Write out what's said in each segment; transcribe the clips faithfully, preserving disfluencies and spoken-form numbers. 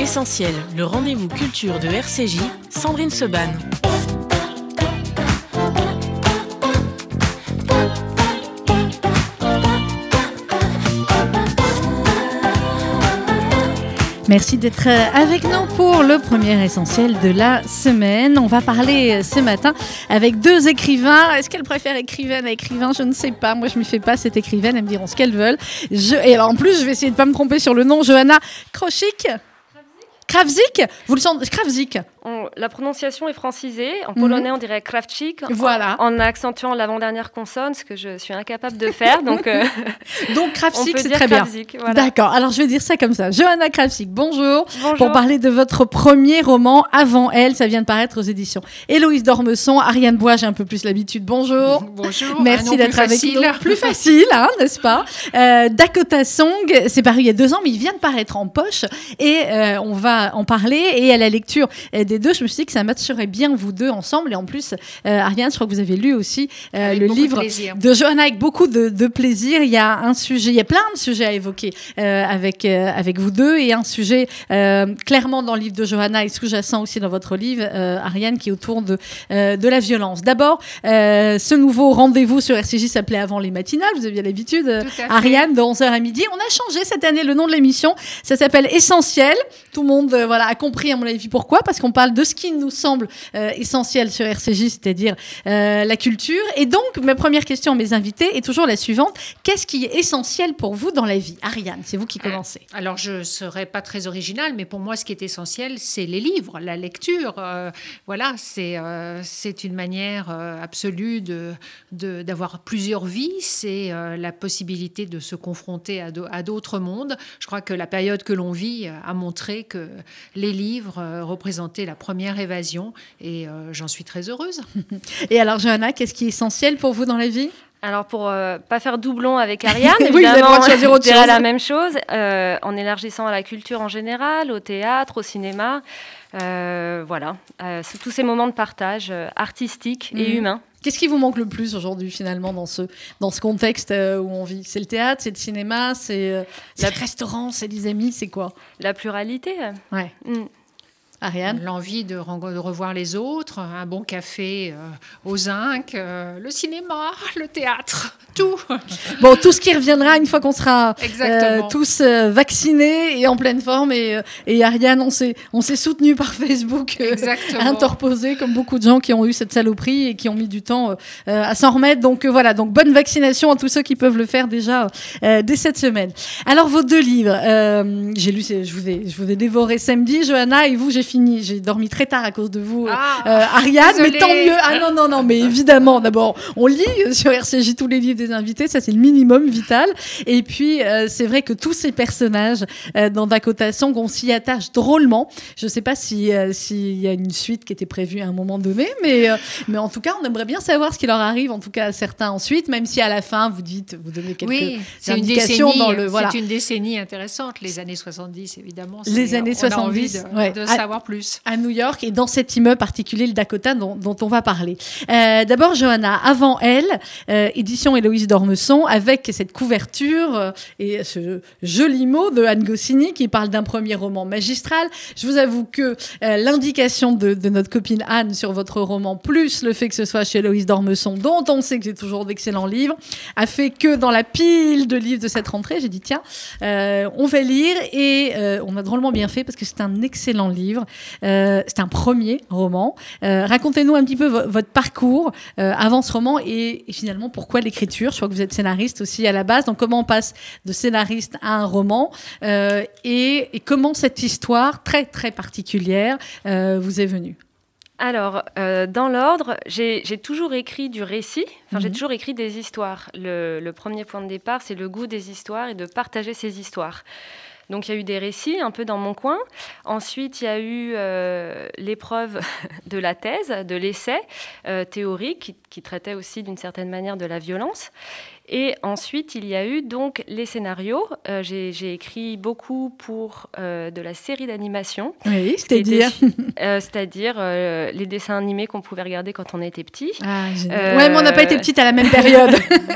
Essentiel, le rendez-vous culture de R C J, Sandrine Seban. Merci d'être avec nous pour le premier essentiel de la semaine. On va parler ce matin avec deux écrivains. Est-ce qu'elles préfèrent écrivaine à écrivain ? Je ne sais pas. Moi, je ne m'y fais pas cette écrivaine. Elles me diront ce qu'elles veulent. Je... Et alors, en plus, je vais essayer de ne pas me tromper sur le nom. Johanna Krawczyk. Krawczyk ? Vous le sentez ? Krawczyk. On, la prononciation est francisée. En polonais, mm-hmm. on dirait Krawczyk. Voilà. En, en accentuant l'avant-dernière consonne, ce que je suis incapable de faire. Donc, euh, donc Krawczyk, c'est très Krawczyk, bien. Voilà. D'accord. Alors, je vais dire ça comme ça. Johanna Krawczyk, bonjour. Bonjour. Pour parler de votre premier roman, Avant elle, ça vient de paraître aux éditions Héloïse d'Ormesson. Ariane Bois, j'ai un peu plus l'habitude. Bonjour. Bonjour. Merci d'être avec nous. Plus facile, hein, n'est-ce pas ? euh, Dakota Song, c'est paru il y a deux ans, mais il vient de paraître en poche. Et euh, on va en parler. Et à la lecture euh, des deux, je me suis dit que ça matcherait bien vous deux ensemble. Et en plus, euh, Ariane, je crois que vous avez lu aussi euh, le livre de, de Johanna avec beaucoup de, de plaisir. Il y a un sujet, il y a plein de sujets à évoquer euh, avec, euh, avec vous deux. Et un sujet euh, clairement dans le livre de Johanna et sous-jacent aussi dans votre livre, euh, Ariane, qui est autour de, euh, de la violence. D'abord, euh, ce nouveau rendez-vous sur R C J s'appelait Avant les matinales. Vous aviez l'habitude, euh, Ariane, de onze heures à midi. On a changé cette année le nom de l'émission. Ça s'appelle Essentiel. Tout le monde euh, voilà, a compris, à mon avis, pourquoi. Parce qu'on parle de ce qui nous semble euh, essentiel sur R C J, c'est-à-dire euh, la culture. Et donc, ma première question à mes invités est toujours la suivante. Qu'est-ce qui est essentiel pour vous dans la vie ? Ariane, c'est vous qui commencez. Alors, je ne serai pas très originale, mais pour moi, ce qui est essentiel, c'est les livres, la lecture. Euh, voilà, c'est, euh, c'est une manière euh, absolue de, de, d'avoir plusieurs vies. C'est euh, la possibilité de se confronter à, de, à d'autres mondes. Je crois que la période que l'on vit a montré que les livres euh, représentaient la première évasion et euh, j'en suis très heureuse. Et alors, Johanna, qu'est-ce qui est essentiel pour vous dans la vie ? Alors, pour ne euh, pas faire doublon avec Ariane, oui, évidemment, je dirais la même chose, euh, en élargissant à la culture en général, au théâtre, au cinéma. Euh, voilà, euh, c'est tous ces moments de partage euh, artistique mmh. et humain. Qu'est-ce qui vous manque le plus aujourd'hui, finalement, dans ce, dans ce contexte euh, où on vit ? C'est le théâtre, c'est le cinéma, c'est, euh, c'est la... le restaurant, c'est les amis, c'est quoi ? La pluralité. Ouais. Mmh. Ariane ? L'envie de, de revoir les autres, un bon café euh, au zinc, euh, le cinéma, le théâtre, tout. Bon, tout ce qui reviendra une fois qu'on sera euh, tous euh, vaccinés et en pleine forme. Et, euh, et Ariane, on s'est, on s'est soutenus par Facebook, euh, interposés, comme beaucoup de gens qui ont eu cette saloperie et qui ont mis du temps euh, à s'en remettre. Donc euh, voilà, donc bonne vaccination à tous ceux qui peuvent le faire déjà euh, dès cette semaine. Alors, vos deux livres, euh, j'ai lu, je vous ai, je vous ai dévoré samedi, Johanna, et vous, j'ai fini. J'ai dormi très tard à cause de vous, ah, euh, Ariane, désolée. Mais tant mieux. Ah non, non, non, mais évidemment, d'abord, on lit sur R C J tous les livres des invités, ça c'est le minimum vital. Et puis, euh, c'est vrai que tous ces personnages euh, dans Dakota Song, on s'y attache drôlement. Je ne sais pas si, euh, s'il y a une suite qui était prévue à un moment donné, mais, euh, mais en tout cas, on aimerait bien savoir ce qui leur arrive, en tout cas à certains ensuite, même si à la fin, vous dites, vous donnez quelques oui, c'est indications une décennie, dans le... Voilà. C'est une décennie intéressante, les années soixante-dix, évidemment. Les c'est, années on soixante-dix, a envie de, ouais. de à, savoir plus. À New York et dans cet immeuble particulier, le Dakota, dont, dont on va parler. Euh, d'abord, Johanna, Avant elle, euh, édition Héloïse d'Ormesson, avec cette couverture euh, et ce joli mot de Anne Goscinny qui parle d'un premier roman magistral. Je vous avoue que euh, l'indication de, de notre copine Anne sur votre roman, plus le fait que ce soit chez Héloïse d'Ormesson, dont on sait que c'est toujours d'excellents livres, a fait que dans la pile de livres de cette rentrée, j'ai dit tiens, euh, on va lire et euh, on a drôlement bien fait parce que c'est un excellent livre. Euh, c'est un premier roman. Euh, racontez-nous un petit peu v- votre parcours euh, avant ce roman et, et finalement pourquoi l'écriture. Je crois que vous êtes scénariste aussi à la base. Donc comment on passe de scénariste à un roman euh, et, et comment cette histoire très très particulière euh, vous est venue? Alors, euh, dans l'ordre, j'ai, j'ai toujours écrit du récit, enfin, mmh. j'ai toujours écrit des histoires. Le, le premier point de départ, c'est le goût des histoires et de partager ces histoires. Donc, il y a eu des récits un peu dans mon coin. Ensuite, il y a eu euh, l'épreuve de la thèse, de l'essai euh, théorique, qui, qui traitait aussi d'une certaine manière de la violence. Et ensuite, il y a eu donc les scénarios. Euh, j'ai, j'ai écrit beaucoup pour euh, de la série d'animation. Oui, c'est-à-dire euh, C'est-à-dire euh, les dessins animés qu'on pouvait regarder quand on était petit. Ah, génial. Euh, Ouais, mais on n'a pas été petites à la même période.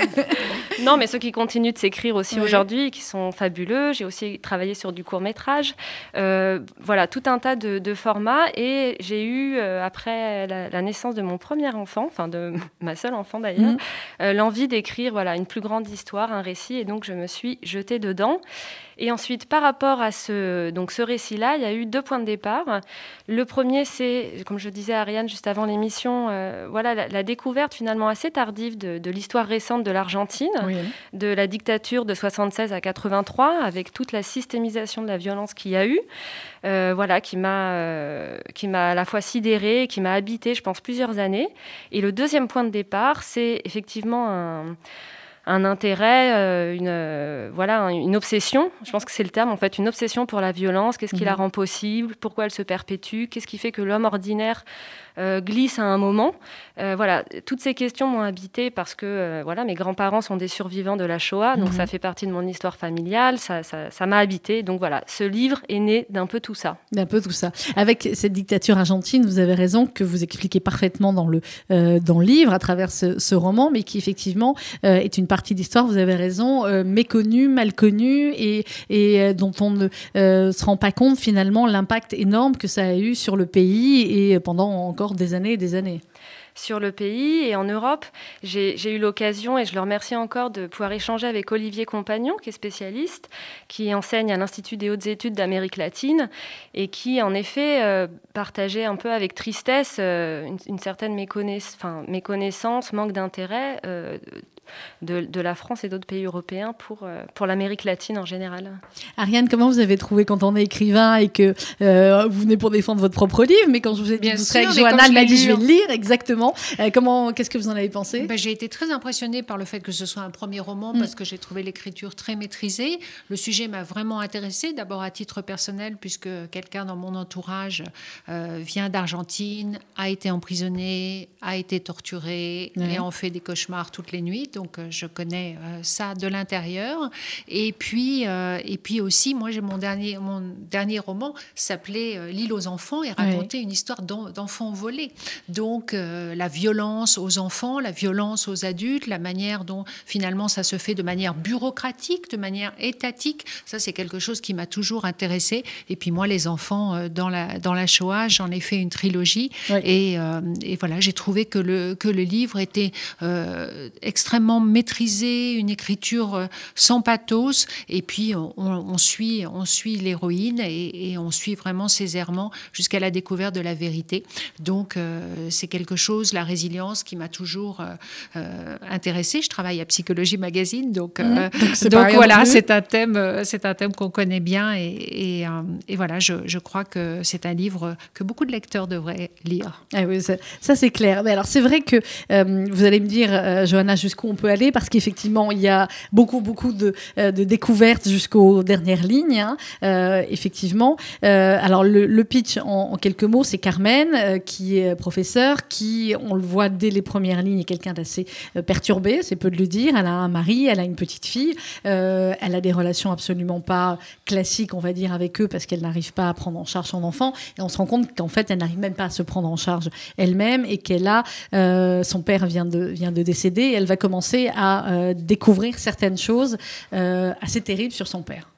Non, mais ceux qui continuent de s'écrire aussi oui. aujourd'hui, qui sont fabuleux. J'ai aussi travaillé sur du court-métrage. Euh, voilà, tout un tas de, de formats. Et j'ai eu, euh, après la, la naissance de mon premier enfant, enfin de ma seule enfant d'ailleurs, mmh. euh, l'envie d'écrire voilà, une plus grande histoire, un récit. Et donc, je me suis jetée dedans. Et ensuite, par rapport à ce, donc ce récit-là, il y a eu deux points de départ. Le premier, c'est, comme je disais à Ariane juste avant l'émission, euh, voilà, la, la découverte finalement assez tardive de, de l'histoire récente de l'Argentine, oui. de la dictature de soixante-seize à quatre-vingt-trois, avec toute la systémisation de la violence qu'il y a eu, euh, voilà, qui m'a, euh, qui m'a à la fois sidérée, qui m'a habitée, je pense, plusieurs années. Et le deuxième point de départ, c'est effectivement un... un intérêt, euh, une, euh, voilà, une obsession, je pense que c'est le terme, en fait, une obsession pour la violence. Qu'est-ce qui mmh. la rend possible ? Pourquoi elle se perpétue ? Qu'est-ce qui fait que l'homme ordinaire euh, glisse à un moment ? euh, Voilà, toutes ces questions m'ont habitée parce que euh, voilà, mes grands-parents sont des survivants de la Shoah, donc mmh. ça fait partie de mon histoire familiale, ça, ça, ça m'a habitée. Donc voilà, ce livre est né d'un peu tout ça. D'un peu tout ça. Avec cette dictature argentine, vous avez raison, que vous expliquez parfaitement dans le, euh, dans le livre, à travers ce, ce roman, mais qui effectivement euh, est une partie d'histoire, vous avez raison, euh, méconnue, mal connue, et, et euh, dont on ne euh, se rend pas compte finalement l'impact énorme que ça a eu sur le pays et pendant encore des années et des années. Sur le pays et en Europe, j'ai, j'ai eu l'occasion, et je le remercie encore, de pouvoir échanger avec Olivier Compagnon, qui est spécialiste, qui enseigne à l'Institut des hautes études d'Amérique latine, et qui, en effet, euh, partageait un peu avec tristesse euh, une, une certaine méconnaiss- enfin, méconnaissance, manque d'intérêt euh, de, de la France et d'autres pays européens pour, euh, pour l'Amérique latine en général. Ariane, comment vous avez trouvé quand on est écrivain et que euh, vous venez pour défendre votre propre livre, mais quand je vous ai dit que vous serez avec Johanna, elle m'a dit je vais le lire, exactement. Euh, comment, qu'est-ce que vous en avez pensé ? Ben, j'ai été très impressionnée par le fait que ce soit un premier roman mmh. parce que j'ai trouvé l'écriture très maîtrisée. Le sujet m'a vraiment intéressée, d'abord à titre personnel, puisque quelqu'un dans mon entourage euh, vient d'Argentine, a été emprisonné, a été torturé mmh. et en fait des cauchemars toutes les nuits. Donc, euh, je connais euh, ça de l'intérieur. Et puis, euh, et puis aussi, moi, j'ai mon dernier, mon dernier roman s'appelait euh, L'île aux enfants et racontait oui. une histoire d'en, d'enfants volés. Donc, euh, la violence aux enfants, la violence aux adultes, la manière dont, finalement, ça se fait de manière bureaucratique, de manière étatique. Ça, c'est quelque chose qui m'a toujours intéressée. Et puis, moi, les enfants, euh, dans la, dans la Shoah, j'en ai fait une trilogie. Oui. Et, euh, et voilà, j'ai trouvé que le, que le livre était euh, extrêmement maîtrisé, une écriture sans pathos, et puis on, on, suit, on suit l'héroïne et, et on suit vraiment ses errements jusqu'à la découverte de la vérité. Donc euh, c'est quelque chose, la résilience, qui m'a toujours euh, euh, intéressée. Je travaille à Psychologie Magazine, donc, euh, mmh. donc, donc voilà, c'est un thème, c'est un thème qu'on connaît bien, et, et, euh, et voilà, je, je crois que c'est un livre que beaucoup de lecteurs devraient lire. Ah oui, ça, ça c'est clair. Mais alors c'est vrai que euh, vous allez me dire, euh, Johanna, jusqu'où on peut aller, parce qu'effectivement, il y a beaucoup, beaucoup de, euh, de découvertes jusqu'aux dernières lignes, hein, euh, effectivement. Euh, alors, le, le pitch, en, en quelques mots, c'est Carmen, euh, qui est professeure, qui, on le voit dès les premières lignes, est quelqu'un d'assez euh, perturbé, c'est peu de le dire. Elle a un mari, elle a une petite fille, euh, elle a des relations absolument pas classiques, on va dire, avec eux, parce qu'elle n'arrive pas à prendre en charge son enfant. Et on se rend compte qu'en fait, elle n'arrive même pas à se prendre en charge elle-même, et qu'elle a, euh, son père vient de, vient de décéder, et elle va commencer à euh, découvrir certaines choses euh, assez terribles sur son père.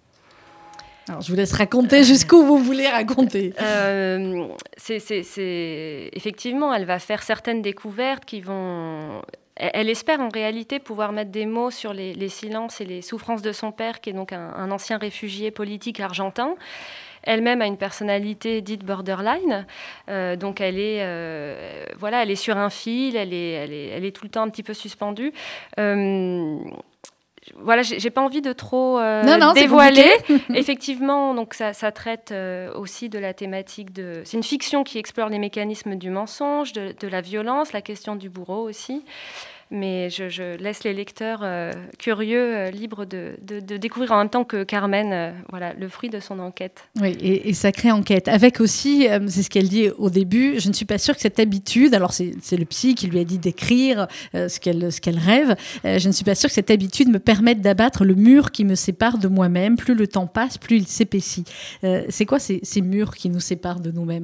Alors, je vous laisse raconter jusqu'où vous voulez raconter. Euh, c'est, c'est, c'est... Effectivement, elle va faire certaines découvertes qui vont... Elle espère en réalité pouvoir mettre des mots sur les, les silences et les souffrances de son père, qui est donc un, un ancien réfugié politique argentin. Elle-même a une personnalité dite borderline, euh, donc elle est, euh, voilà, elle est sur un fil, elle est, elle est, elle est tout le temps un petit peu suspendue. Euh, Voilà, j'ai, j'ai pas envie de trop euh, non, non, dévoiler. Effectivement, donc ça, ça traite euh, aussi de la thématique de. C'est une fiction qui explore les mécanismes du mensonge, de, de la violence, la question du bourreau aussi. Mais je, je laisse les lecteurs euh, curieux, euh, libres de, de, de découvrir en même temps que Carmen, euh, voilà, le fruit de son enquête. Oui, et, et sacrée enquête. Avec aussi, euh, c'est ce qu'elle dit au début, je ne suis pas sûre que cette habitude, alors c'est, c'est le psy qui lui a dit d'écrire euh, ce, qu'elle, ce qu'elle rêve, euh, je ne suis pas sûre que cette habitude me permette d'abattre le mur qui me sépare de moi-même. Plus le temps passe, plus il s'épaissit. Euh, c'est quoi ces, ces murs qui nous séparent de nous-mêmes ?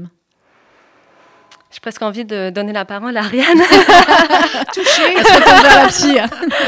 J'ai presque envie de donner la parole à Ariane. Touchée. Elle se retourne vers la psy.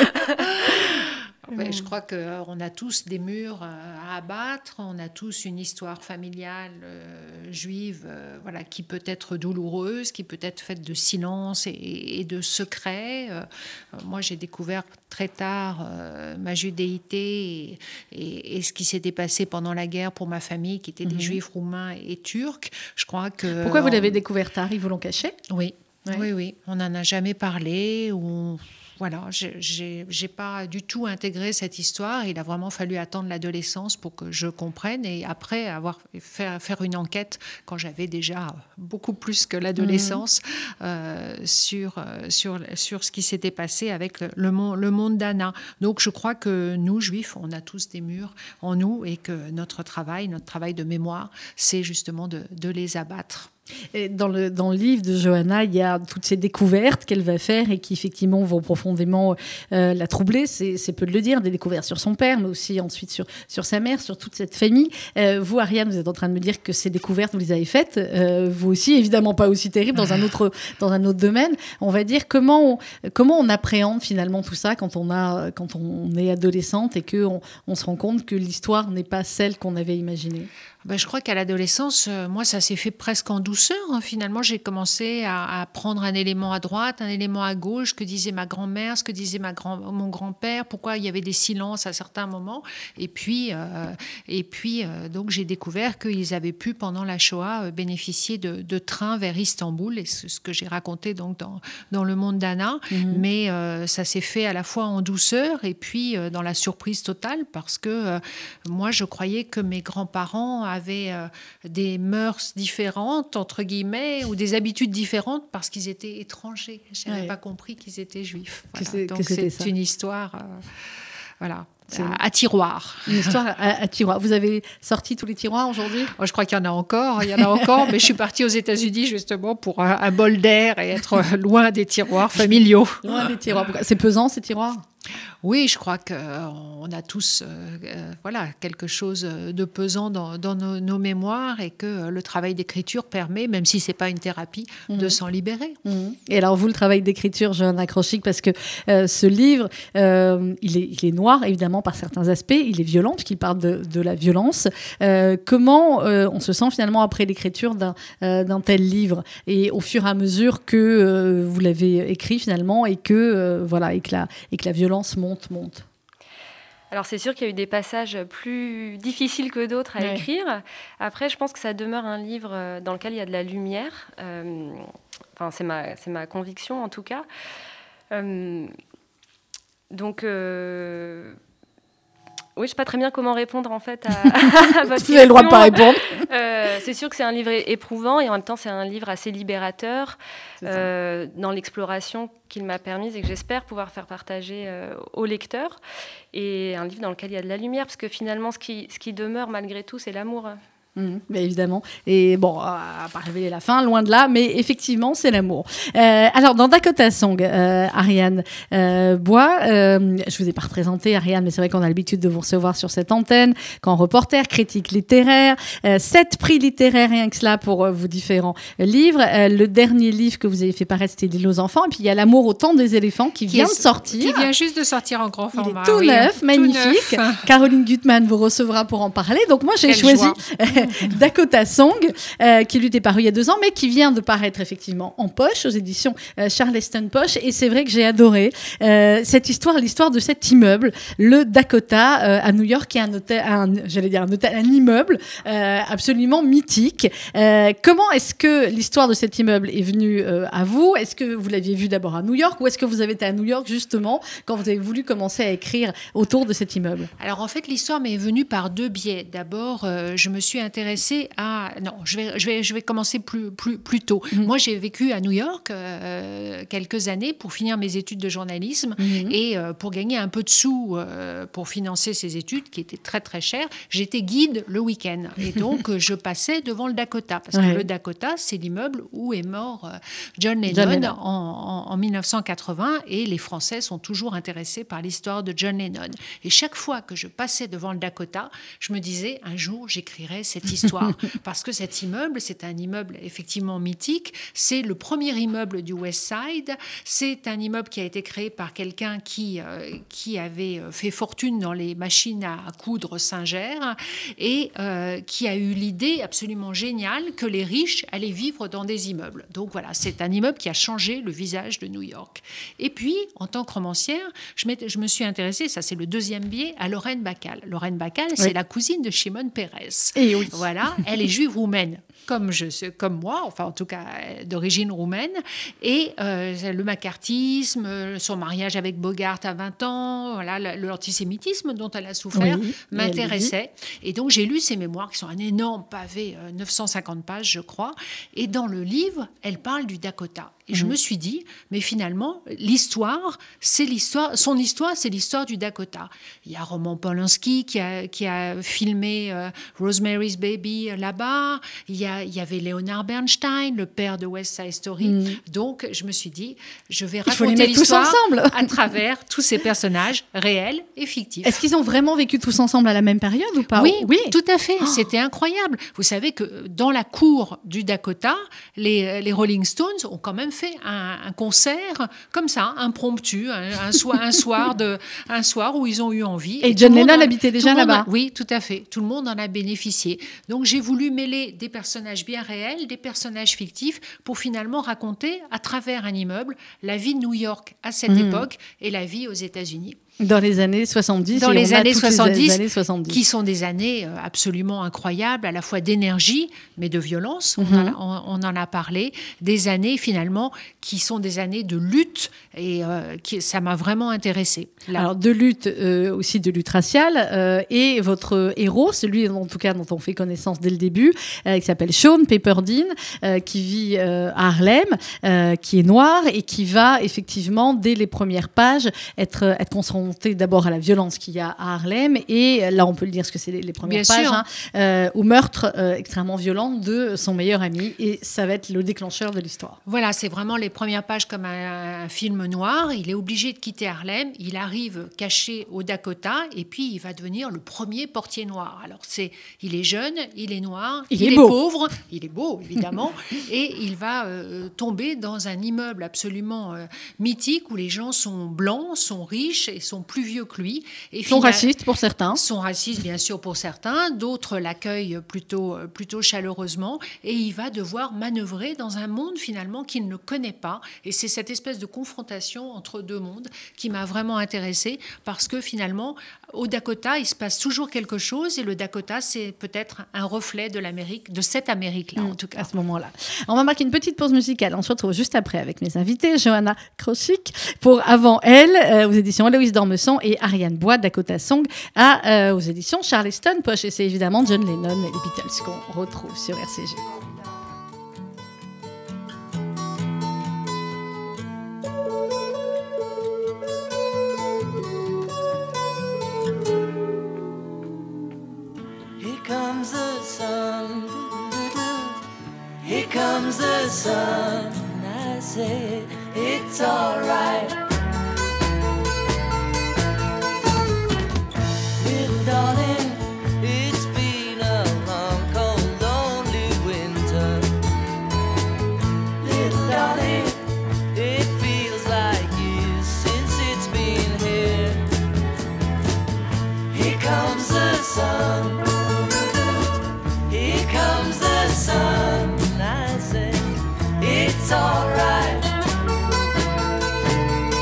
Ouais, je crois qu'on a tous des murs à abattre, on a tous une histoire familiale euh, juive euh, voilà, qui peut être douloureuse, qui peut être faite de silence et, et de secrets. Euh, moi, j'ai découvert très tard euh, ma judéité et, et, et ce qui s'était passé pendant la guerre pour ma famille, qui étaient des mmh. juifs roumains et turcs. Je crois que, Pourquoi vous l'avez découvert tard ? Ils vous l'ont caché ? Oui, ouais. oui, oui. On n'en a jamais parlé. On... Voilà, je n'ai pas du tout intégré cette histoire. Il a vraiment fallu attendre l'adolescence pour que je comprenne. Et après avoir fait faire une enquête, quand j'avais déjà beaucoup plus que l'adolescence, mmh. euh, sur, sur, sur ce qui s'était passé avec le, le, monde, le monde d'Anna. Donc je crois que nous, Juifs, on a tous des murs en nous et que notre travail, notre travail de mémoire, c'est justement de, de les abattre. Et dans, le, dans le livre de Johanna, il y a toutes ces découvertes qu'elle va faire et qui effectivement vont profondément euh, la troubler, c'est, c'est peu de le dire, des découvertes sur son père, mais aussi ensuite sur, sur sa mère, sur toute cette famille. Euh, vous, Ariane, vous êtes en train de me dire que ces découvertes, vous les avez faites, euh, vous aussi, évidemment pas aussi terribles, dans un autre, dans un autre domaine. On va dire comment on, comment on appréhende finalement tout ça quand on, a, quand on est adolescente et qu'on on se rend compte que l'histoire n'est pas celle qu'on avait imaginée. Ben, je crois qu'à l'adolescence, euh, moi, ça s'est fait presque en douceur. Hein. Finalement, j'ai commencé à, à prendre un élément à droite, un élément à gauche, ce que disait ma grand-mère, ce que disait ma grand, mon grand-père, pourquoi il y avait des silences à certains moments. Et puis, euh, et puis euh, donc, j'ai découvert qu'ils avaient pu, pendant la Shoah, euh, bénéficier de, de trains vers Istanbul. Et c'est ce que j'ai raconté donc, dans, dans Le Monde d'Anna. Mmh. Mais euh, ça s'est fait à la fois en douceur et puis euh, dans la surprise totale, parce que euh, moi, je croyais que mes grands-parents avaient euh, des mœurs différentes, entre guillemets, ou des habitudes différentes parce qu'ils étaient étrangers. Je n'avais ouais. pas compris qu'ils étaient juifs. Voilà. C'est, Donc c'est ça. Une histoire euh, voilà, à, à tiroir. Une histoire à, à tiroir. Vous avez sorti tous les tiroirs aujourd'hui ? Moi, je crois qu'il y en a encore, il y en a encore, mais je suis partie aux États-Unis justement pour un, un bol d'air et être loin des tiroirs familiaux. Loin des tiroirs. C'est pesant, ces tiroirs ? Oui, je crois qu'on a tous euh, euh, voilà, quelque chose de pesant dans, dans nos, nos mémoires et que le travail d'écriture permet, même si ce n'est pas une thérapie, mmh. de s'en libérer. Mmh. Et alors vous, le travail d'écriture, Johanna Kroschig, parce que euh, ce livre, euh, il, est, il est noir, évidemment, par certains aspects, il est violent, puisqu'il parle de, de la violence. Euh, comment euh, on se sent finalement après l'écriture d'un, euh, d'un tel livre, et au fur et à mesure que euh, vous l'avez écrit finalement, et que, euh, voilà, et que, la, et que la violence monte, monte. Alors c'est sûr qu'il y a eu des passages plus difficiles que d'autres à ouais. écrire. Après, je pense que ça demeure un livre dans lequel il y a de la lumière. Euh, enfin, c'est ma, c'est ma conviction en tout cas. Euh, donc... Euh Oui, je ne sais pas très bien comment répondre en fait à, à votre question. Vous avez le droit de ne pas répondre. Euh, c'est sûr que c'est un livre éprouvant et en même temps c'est un livre assez libérateur euh, dans l'exploration qu'il m'a permise et que j'espère pouvoir faire partager euh, aux lecteurs. Et un livre dans lequel il y a de la lumière, parce que finalement ce qui, ce qui demeure malgré tout, c'est l'amour. Mmh, bien évidemment. Et bon, à pas révéler la fin, loin de là, mais effectivement, c'est l'amour. Euh, alors, dans Dakota Song, euh, Ariane euh, Bois, euh, je vous ai pas représenté, Ariane, mais c'est vrai qu'on a l'habitude de vous recevoir sur cette antenne, quand reporter, critique littéraire, euh, sept prix littéraires, rien que cela, pour euh, vos différents livres. Euh, le dernier livre que vous avez fait paraître, c'était L'île aux enfants, et puis il y a L'amour au temps des éléphants, qui, qui vient est, de sortir. Qui vient juste de sortir en grand format. Il est tout oui, neuf, magnifique. Tout neuf. Caroline Gutmann vous recevra pour en parler. Donc moi, j'ai Quelle choisi... Dakota Song, euh, qui lui était paru il y a deux ans, mais qui vient de paraître effectivement en poche, aux éditions euh, Charleston Poche. Et c'est vrai que j'ai adoré euh, cette histoire, l'histoire de cet immeuble, le Dakota euh, à New York, qui est un hôtel, un, j'allais dire un hôtel, un immeuble euh, absolument mythique. Euh, comment est-ce que l'histoire de cet immeuble est venue euh, à vous ? Est-ce que vous l'aviez vu d'abord à New York, ou est-ce que vous avez été à New York justement quand vous avez voulu commencer à écrire autour de cet immeuble ? Alors en fait, l'histoire m'est venue par deux biais. D'abord, euh, je me suis intéressée intéressée à... Non, je vais, je vais, je vais commencer plus, plus, plus tôt. Mmh. Moi, j'ai vécu à New York euh, quelques années pour finir mes études de journalisme mmh. et euh, pour gagner un peu de sous euh, pour financer ces études qui étaient très, très chères. J'étais guide le week-end et donc je passais devant le Dakota parce ouais. que le Dakota, c'est l'immeuble où est mort euh, John Lennon, John Lennon. En, en, en dix-neuf cent quatre-vingts et les Français sont toujours intéressés par l'histoire de John Lennon. Et chaque fois que je passais devant le Dakota, je me disais, un jour, j'écrirai cette histoire. Parce que cet immeuble, c'est un immeuble effectivement mythique. C'est le premier immeuble du West Side. C'est un immeuble qui a été créé par quelqu'un qui, euh, qui avait fait fortune dans les machines à coudre Singer et euh, qui a eu l'idée absolument géniale que les riches allaient vivre dans des immeubles. Donc voilà, c'est un immeuble qui a changé le visage de New York. Et puis, en tant que romancière, je, je me suis intéressée, ça c'est le deuxième biais, à Lorraine Bacall. Lorraine Bacall, c'est oui. la cousine de Shimon Peres. Et oui. Voilà, elle est juive roumaine, comme, je, comme moi, enfin en tout cas d'origine roumaine. Et euh, le macartisme, son mariage avec Bogart à vingt ans, voilà, l'antisémitisme dont elle a souffert oui, m'intéressait. Et donc j'ai lu ses mémoires, qui sont un énorme pavé, euh, neuf cent cinquante pages, je crois. Et dans le livre, elle parle du Dakota. Et mmh. je me suis dit, mais finalement, l'histoire, c'est l'histoire, son histoire, c'est l'histoire du Dakota. Il y a Roman Polanski qui a, qui a filmé euh, Rosemary's Baby euh, là-bas. Il y, a, il y avait Leonard Bernstein, le père de West Side Story. Mmh. Donc, je me suis dit, je vais raconter l'histoire à travers tous ces personnages réels et fictifs. Est-ce qu'ils ont vraiment vécu tous ensemble à la même période ou pas? Oui, oui, tout à fait. Oh. C'était incroyable. Vous savez que dans la cour du Dakota, les, les Rolling Stones ont quand même fait un, un concert comme ça, impromptu, un, un, soir, un, soir de, un soir où ils ont eu envie. Et, et John Lennon habitait déjà là-bas. A, oui, tout à fait. Tout le monde en a bénéficié. Donc j'ai voulu mêler des personnages bien réels, des personnages fictifs, pour finalement raconter à travers un immeuble la vie de New York à cette mmh. époque et la vie aux États-Unis. Dans les années soixante-dix. Dans les années soixante-dix, les années soixante-dix, qui sont des années absolument incroyables, à la fois d'énergie, mais de violence, mm-hmm. on, en a, on, on en a parlé, des années finalement qui sont des années de lutte, et euh, qui, ça m'a vraiment intéressée. Là. Alors de lutte, euh, aussi de lutte raciale, euh, et votre héros, celui en tout cas dont on fait connaissance dès le début, euh, qui s'appelle Sean Pepperdine, euh, qui vit euh, à Harlem, euh, qui est noir, et qui va effectivement, dès les premières pages, être, être confronté d'abord à la violence qu'il y a à Harlem, et là on peut le dire parce que c'est les, les premières Bien pages, hein, euh, au meurtre euh, extrêmement violent de son meilleur ami, et ça va être le déclencheur de l'histoire. Voilà, c'est vraiment les premières pages comme un, un film noir. Il est obligé de quitter Harlem, il arrive caché au Dakota, et puis il va devenir le premier portier noir. Alors c'est, il est jeune, il est noir, il, il est, est pauvre, il est beau évidemment, et il va euh, tomber dans un immeuble absolument euh, mythique où les gens sont blancs, sont riches et sont plus vieux que lui. Et sont final... racistes pour certains. Sont racistes, bien sûr, pour certains. D'autres l'accueillent plutôt, plutôt chaleureusement. Et il va devoir manœuvrer dans un monde, finalement, qu'il ne connaît pas. Et c'est cette espèce de confrontation entre deux mondes qui m'a vraiment intéressée, parce que, finalement, au Dakota, il se passe toujours quelque chose. Et le Dakota, c'est peut-être un reflet de l'Amérique, de cette Amérique-là, mmh, en tout cas. À ce moment-là. On va marquer une petite pause musicale. On se retrouve juste après avec mes invités, Johanna Krochik, pour Avant Elle, euh, aux éditions Aloïs Dormesson, et Ariane Bois, Dakota Song, à, euh, aux éditions Charleston Poche. Et c'est évidemment John Lennon et les Beatles qu'on retrouve sur R C G. Here comes the sun, here comes the sun, I say it's all right. Darling, it's been a long, cold, lonely winter. Little darling, it feels like years since it's been here. Here comes the sun, here comes the sun, I say it's alright.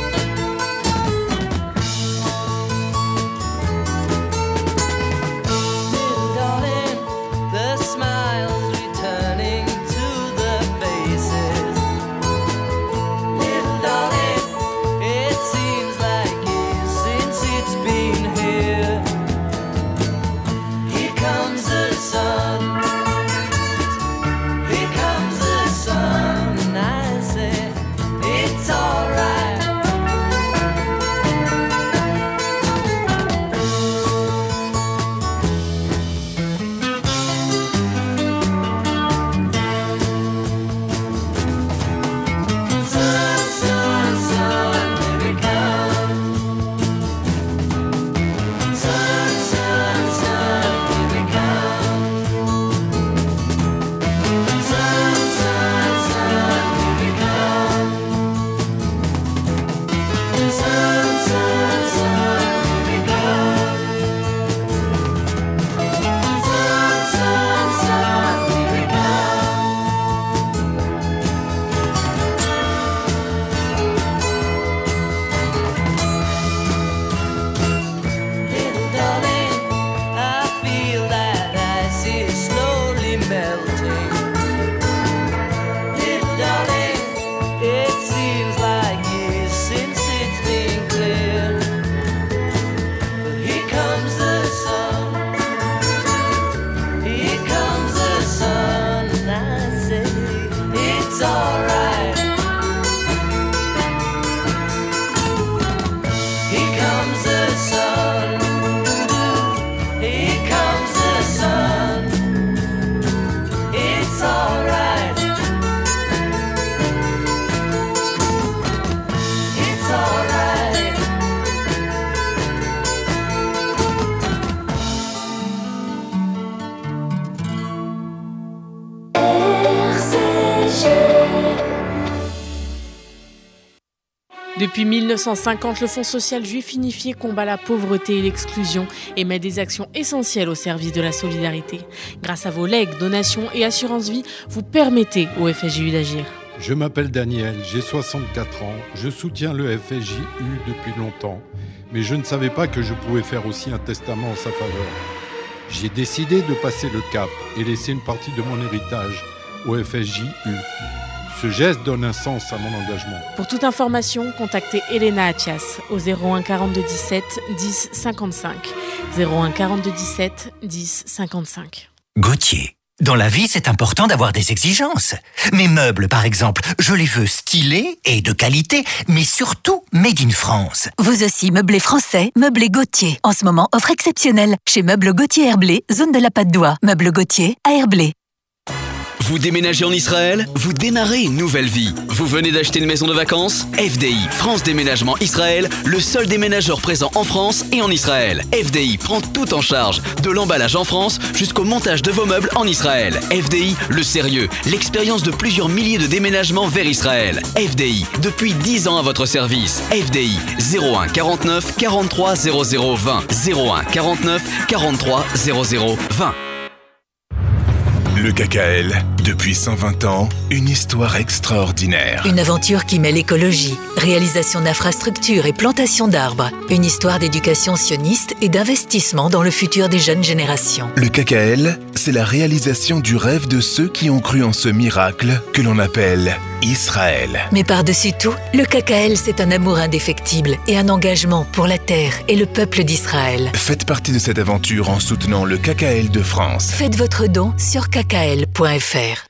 Depuis mille neuf cent cinquante, le Fonds social juif unifié combat la pauvreté et l'exclusion et met des actions essentielles au service de la solidarité. Grâce à vos legs, donations et assurances vie, vous permettez au F S J U d'agir. Je m'appelle Daniel, j'ai soixante-quatre ans, je soutiens le F S J U depuis longtemps, mais je ne savais pas que je pouvais faire aussi un testament en sa faveur. J'ai décidé de passer le cap et laisser une partie de mon héritage au F S J U. Ce geste donne un sens à mon engagement. Pour toute information, contactez Elena Athias au zéro un quarante-deux dix-sept dix cinquante-cinq. zéro un quarante-deux dix-sept dix cinquante-cinq. Gauthier. Dans la vie, c'est important d'avoir des exigences. Mes meubles, par exemple, je les veux stylés et de qualité, mais surtout made in France. Vous aussi, meublés français, meublés Gauthier. En ce moment, offre exceptionnelle chez Meubles Gauthier Herblay, zone de la Patte d'Oie. Meubles Gauthier à Herblay. Vous déménagez en Israël? Vous démarrez une nouvelle vie. Vous venez d'acheter une maison de vacances? F D I, France Déménagement Israël, le seul déménageur présent en France et en Israël. F D I prend tout en charge, de l'emballage en France jusqu'au montage de vos meubles en Israël. F D I, le sérieux, l'expérience de plusieurs milliers de déménagements vers Israël. F D I, depuis dix ans à votre service. F D I, zéro un quarante-neuf quarante-trois zéro zéro vingt. zéro un quarante-neuf quarante-trois zéro zéro vingt. Le K K L, depuis cent vingt ans, une histoire extraordinaire. Une aventure qui mêle écologie, réalisation d'infrastructures et plantation d'arbres. Une histoire d'éducation sioniste et d'investissement dans le futur des jeunes générations. Le K K L, c'est la réalisation du rêve de ceux qui ont cru en ce miracle que l'on appelle Israël. Mais par-dessus tout, le K K L, c'est un amour indéfectible et un engagement pour la terre et le peuple d'Israël. Faites partie de cette aventure en soutenant le K K L de France. Faites votre don sur k k l point f r.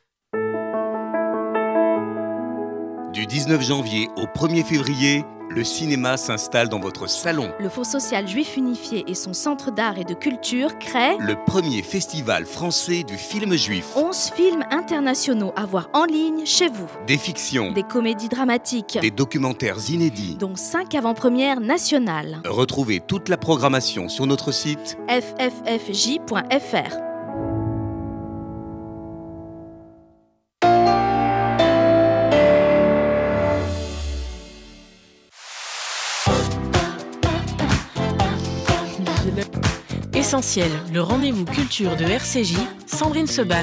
Du dix-neuf janvier au premier février, le cinéma s'installe dans votre salon. Le Fonds social juif unifié et son centre d'art et de culture créent le premier festival français du film juif. onze films internationaux à voir en ligne chez vous. Des fictions, des comédies dramatiques, des documentaires inédits, dont cinq avant-premières nationales. Retrouvez toute la programmation sur notre site f f f j point f r. Essentiel, le rendez-vous culture de R C J, Sandrine Seban.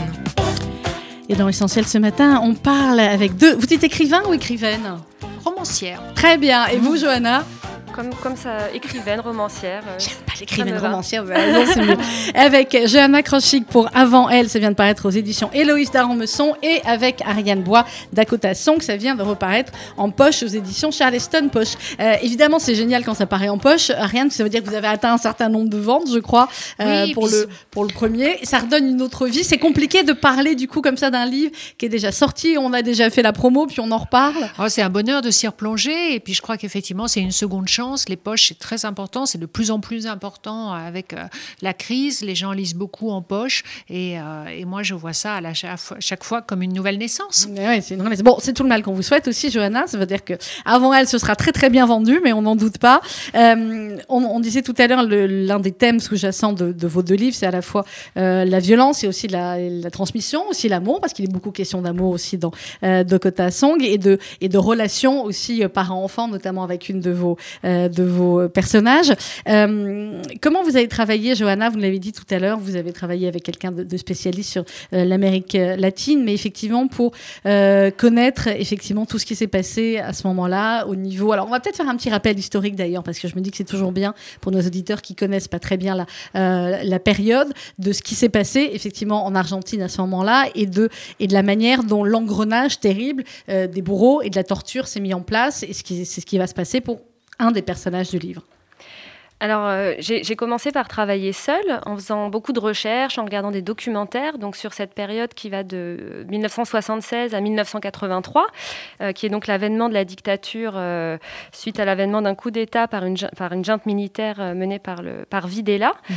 Et dans Essentiel ce matin, on parle avec deux... Vous êtes écrivain ou écrivaine? Romancière. Très bien. Et vous, Johanna? Comme, comme ça, écrivaine, romancière. Euh, J'aime pas l'écrivaine romancière, vous avez raison, c'est mieux. Avec Johanna Kroschig pour Avant elle, ça vient de paraître aux éditions Héloïse Daran-Messon, et avec Ariane Bois, Dakota Song, ça vient de reparaître en poche aux éditions Charleston Poche. Euh, évidemment, c'est génial quand ça paraît en poche. Ariane, ça veut dire que vous avez atteint un certain nombre de ventes, je crois, euh, oui, pour, le, pour le premier. Ça redonne une autre vie. C'est compliqué de parler du coup comme ça d'un livre qui est déjà sorti, on a déjà fait la promo, puis on en reparle. Oh, c'est un bonheur de s'y replonger, et puis je crois qu'effectivement, c'est une seconde chance. Les poches, c'est très important, c'est de plus en plus important avec euh, la crise. Les gens lisent beaucoup en poche, et, euh, et moi, je vois ça à la, chaque, fois, chaque fois comme une nouvelle naissance. Ouais, c'est une... Bon, c'est tout le mal qu'on vous souhaite aussi, Johanna. Ça veut dire que Avant elle, ce sera très très bien vendu, mais on n'en doute pas. Euh, on, on disait tout à l'heure, le, l'un des thèmes sous-jacents de, de vos deux livres, c'est à la fois euh, la violence et aussi la, la transmission, aussi l'amour, parce qu'il est beaucoup question d'amour aussi dans euh, Dakota Song, et de, et de relations aussi euh, parents-enfants, notamment avec une de vos euh, de vos personnages. Euh, comment vous avez travaillé, Johanna? Vous l'avez dit tout à l'heure, vous avez travaillé avec quelqu'un de, de spécialiste sur euh, l'Amérique latine, mais effectivement pour euh, connaître effectivement tout ce qui s'est passé à ce moment-là au niveau... Alors on va peut-être faire un petit rappel historique d'ailleurs, parce que je me dis que c'est toujours bien pour nos auditeurs qui connaissent pas très bien la, euh, la période de ce qui s'est passé effectivement en Argentine à ce moment-là, et de, et de la manière dont l'engrenage terrible euh, des bourreaux et de la torture s'est mis en place, et ce qui, c'est ce qui va se passer pour un des personnages du livre. Alors, euh, j'ai, j'ai commencé par travailler seule, en faisant beaucoup de recherches, en regardant des documentaires, donc sur cette période qui va de dix-neuf cent soixante-seize à dix-neuf cent quatre-vingt-trois, euh, qui est donc l'avènement de la dictature euh, suite à l'avènement d'un coup d'État par une, par une junte militaire euh, menée par, le, par Videla. Mmh.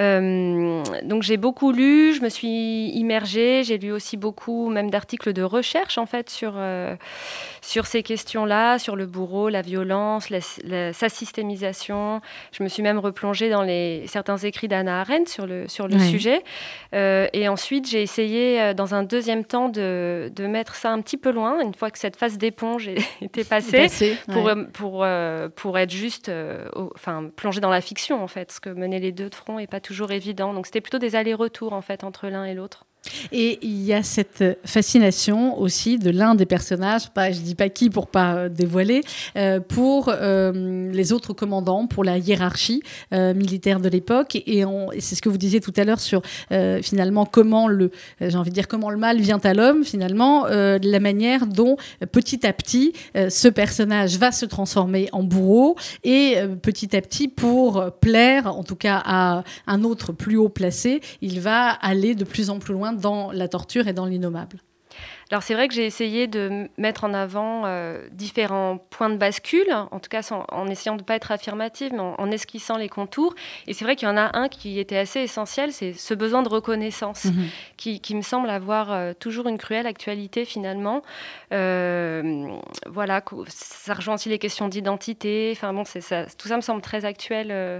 Euh, donc, j'ai beaucoup lu, je me suis immergée, j'ai lu aussi beaucoup, même d'articles de recherche, en fait, sur, euh, sur ces questions-là, sur le bourreau, la violence, la, la, sa systémisation. Je me suis même replongée dans les, certains écrits d'Hannah Arendt sur le, sur le Ouais. sujet. Euh, et ensuite, j'ai essayé, euh, dans un deuxième temps, de, de mettre ça un petit peu loin, une fois que cette phase d'éponge était passée, Passé, pour, ouais. euh, pour, euh, pour être juste, euh, au, enfin, plongée dans la fiction, en fait. Parce que mener les deux de front n'est pas toujours évident. Donc, c'était plutôt des allers-retours, en fait, entre l'un et l'autre. Et il y a cette fascination aussi de l'un des personnages, pas, je ne dis pas qui pour ne pas euh, dévoiler, euh, pour euh, les autres commandants, pour la hiérarchie euh, militaire de l'époque. Et, on, et c'est ce que vous disiez tout à l'heure sur euh, finalement comment le, euh, j'ai envie de dire comment le mal vient à l'homme, finalement, euh, la manière dont euh, petit à petit euh, ce personnage va se transformer en bourreau et euh, petit à petit pour plaire, en tout cas à un autre plus haut placé, il va aller de plus en plus loin dans la torture et dans l'innommable. Alors c'est vrai que j'ai essayé de m- mettre en avant euh, différents points de bascule, en tout cas sans- en essayant de ne pas être affirmative, mais en, en esquissant les contours. Et c'est vrai qu'il y en a un qui était assez essentiel, c'est ce besoin de reconnaissance, Mhm. qui, qui me semble avoir euh, toujours une cruelle actualité finalement. Euh, voilà, co- ça rejoint aussi les questions d'identité. Enfin bon, c'est ça, tout ça me semble très actuel. euh,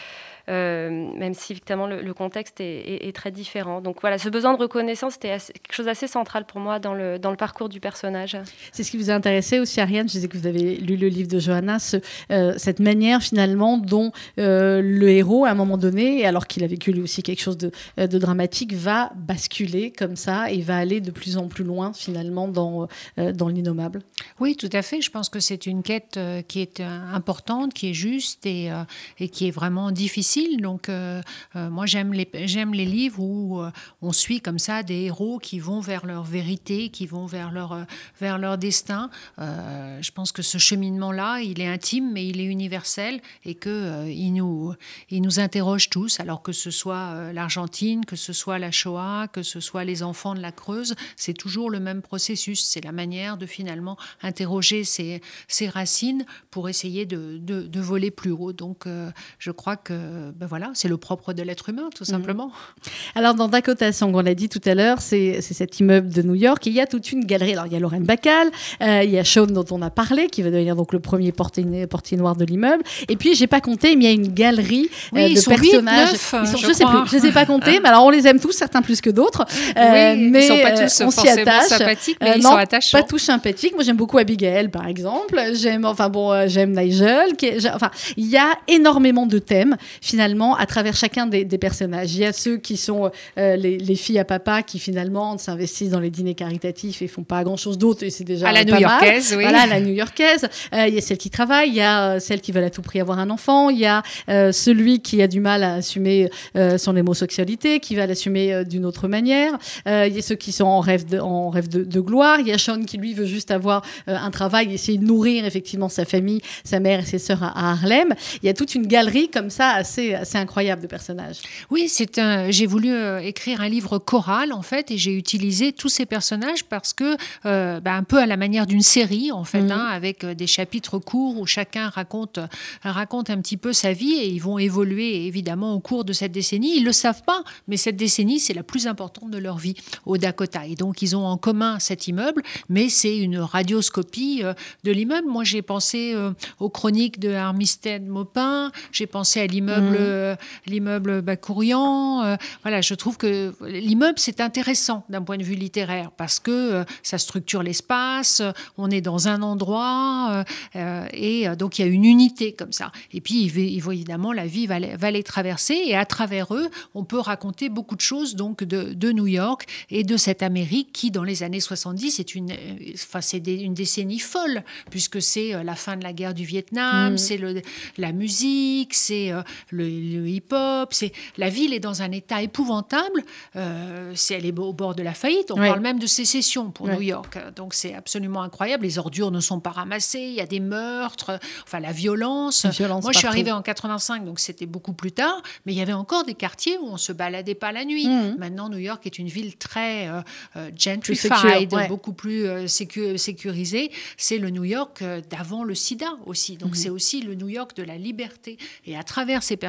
Euh, même si évidemment le, le contexte est, est- est très différent. Donc voilà, ce besoin de reconnaissance, c'était assez- quelque chose d'assez central pour moi dans le, dans le parcours du personnage. C'est ce qui vous a intéressé aussi, Ariane. Je disais que vous avez lu le livre de Johanna, ce, euh, cette manière finalement dont euh, le héros, à un moment donné, alors qu'il a vécu lui aussi quelque chose de, euh, de dramatique, va basculer comme ça et va aller de plus en plus loin finalement dans, euh, dans l'innommable. Oui, tout à fait. Je pense que c'est une quête euh, qui est euh, importante, qui est juste et, euh, et qui est vraiment difficile. Donc, euh, euh, moi, j'aime les, j'aime les livres où euh, on suit comme ça des héros qui vont vers leur vérité, qui vont vers leur, euh, vers leur destin. Euh, je pense que ce cheminement-là, il est intime, mais il est universel et qu'il euh, il nous, il nous interroge tous. Alors que ce soit euh, l'Argentine, que ce soit la Shoah, que ce soit les enfants de la Creuse, c'est toujours le même processus. C'est la manière de finalement interroger ses, ses racines pour essayer de, de, de voler plus haut. Donc, euh, je crois que ben voilà, c'est le propre de l'être humain, tout simplement. Mmh. Alors, dans Dakota Song, on l'a dit tout à l'heure, c'est, c'est cet immeuble de New York. Et il y a toute une galerie. Alors, il y a Lorraine Bacall, euh, il y a Sean dont on a parlé, qui va devenir donc le premier portier, portier noir de l'immeuble. Et puis, j'ai pas compté, mais il y a une galerie oui, euh, de ils sont personnages. huit, neuf, ils sont, je, je sais crois. plus, je les ai pas comptés, mais alors on les aime tous, certains plus que d'autres. Euh, oui, mais ils sont pas tous euh, on s'y forcément attache. sympathiques, mais Euh, ils non, sont attachants. pas tous sympathiques. Moi, j'aime beaucoup Abigail, par exemple. J'aime, enfin bon, euh, j'aime Nigel. Qui est, j'ai- enfin, il y a énormément de thèmes finalement à travers chacun des, des personnages. Il y a ceux qui sont euh, les, les filles à papa qui finalement s'investissent dans les dîners caritatifs et font pas grand chose d'autre et c'est déjà à la pas New-Yorkaise, mal. oui. Voilà, à la New-Yorkaise. Euh, il y a celles qui travaillent, il y a euh, celles qui veulent à tout prix avoir un enfant, il y a euh, celui qui a du mal à assumer euh, son homosexualité, qui va l'assumer euh, d'une autre manière. Euh, il y a ceux qui sont en rêve de, en rêve de, de gloire. Il y a Sean qui lui veut juste avoir euh, un travail, essayer de nourrir effectivement sa famille, sa mère et ses sœurs à, à Harlem. Il y a toute une galerie comme ça assez, assez incroyable de personnages. Oui, c'est un. J'ai voulu euh, écrire un livre choral en fait, et j'ai utilisé tous ces personnages parce que, euh, bah, un peu à la manière d'une série en fait, Mhm. hein, avec euh, des chapitres courts où chacun raconte euh, raconte un petit peu sa vie et ils vont évoluer évidemment au cours de cette décennie. Ils le savent pas, mais cette décennie c'est la plus importante de leur vie au Dakota. Et donc ils ont en commun cet immeuble, mais c'est une radioscopie euh, de l'immeuble. Moi j'ai pensé euh, aux chroniques de Armistead Maupin, j'ai pensé à l'immeuble, Mhm. euh, l'immeuble Bacourian. Euh, voilà, je trouve que l'immeuble c'est intéressant d'un point de vue littéraire parce que euh, ça structure l'espace, euh, on est dans un endroit euh, euh, et euh, donc il y a une unité comme ça. Et puis il va- il va- évidemment la vie va les, va les traverser et à travers eux on peut raconter beaucoup de choses donc de, de New York et de cette Amérique qui dans les années soixante-dix est une, euh, enfin c'est des- une décennie folle puisque c'est euh, la fin de la guerre du Vietnam, Mhm. c'est le, la musique, c'est euh, le, le hip-hop, c'est la ville est dans un état épouvantable. Euh, c'est elle est au bord de la faillite. On Ouais. parle même de sécession pour Ouais. New York. Donc c'est absolument incroyable. Les ordures ne sont pas ramassées. Il y a des meurtres. Enfin la violence. La violence Moi je suis partout. arrivée en quatre-vingt-cinq, donc c'était beaucoup plus tard. Mais il y avait encore des quartiers où on se baladait pas la nuit. Mhm. Maintenant New York est une ville très euh, euh, Plus gentrified, sécure, ouais. beaucoup plus euh, sécu- sécurisée. C'est le New York euh, d'avant le sida aussi. Donc Mhm. c'est aussi le New York de la liberté. Et à travers ces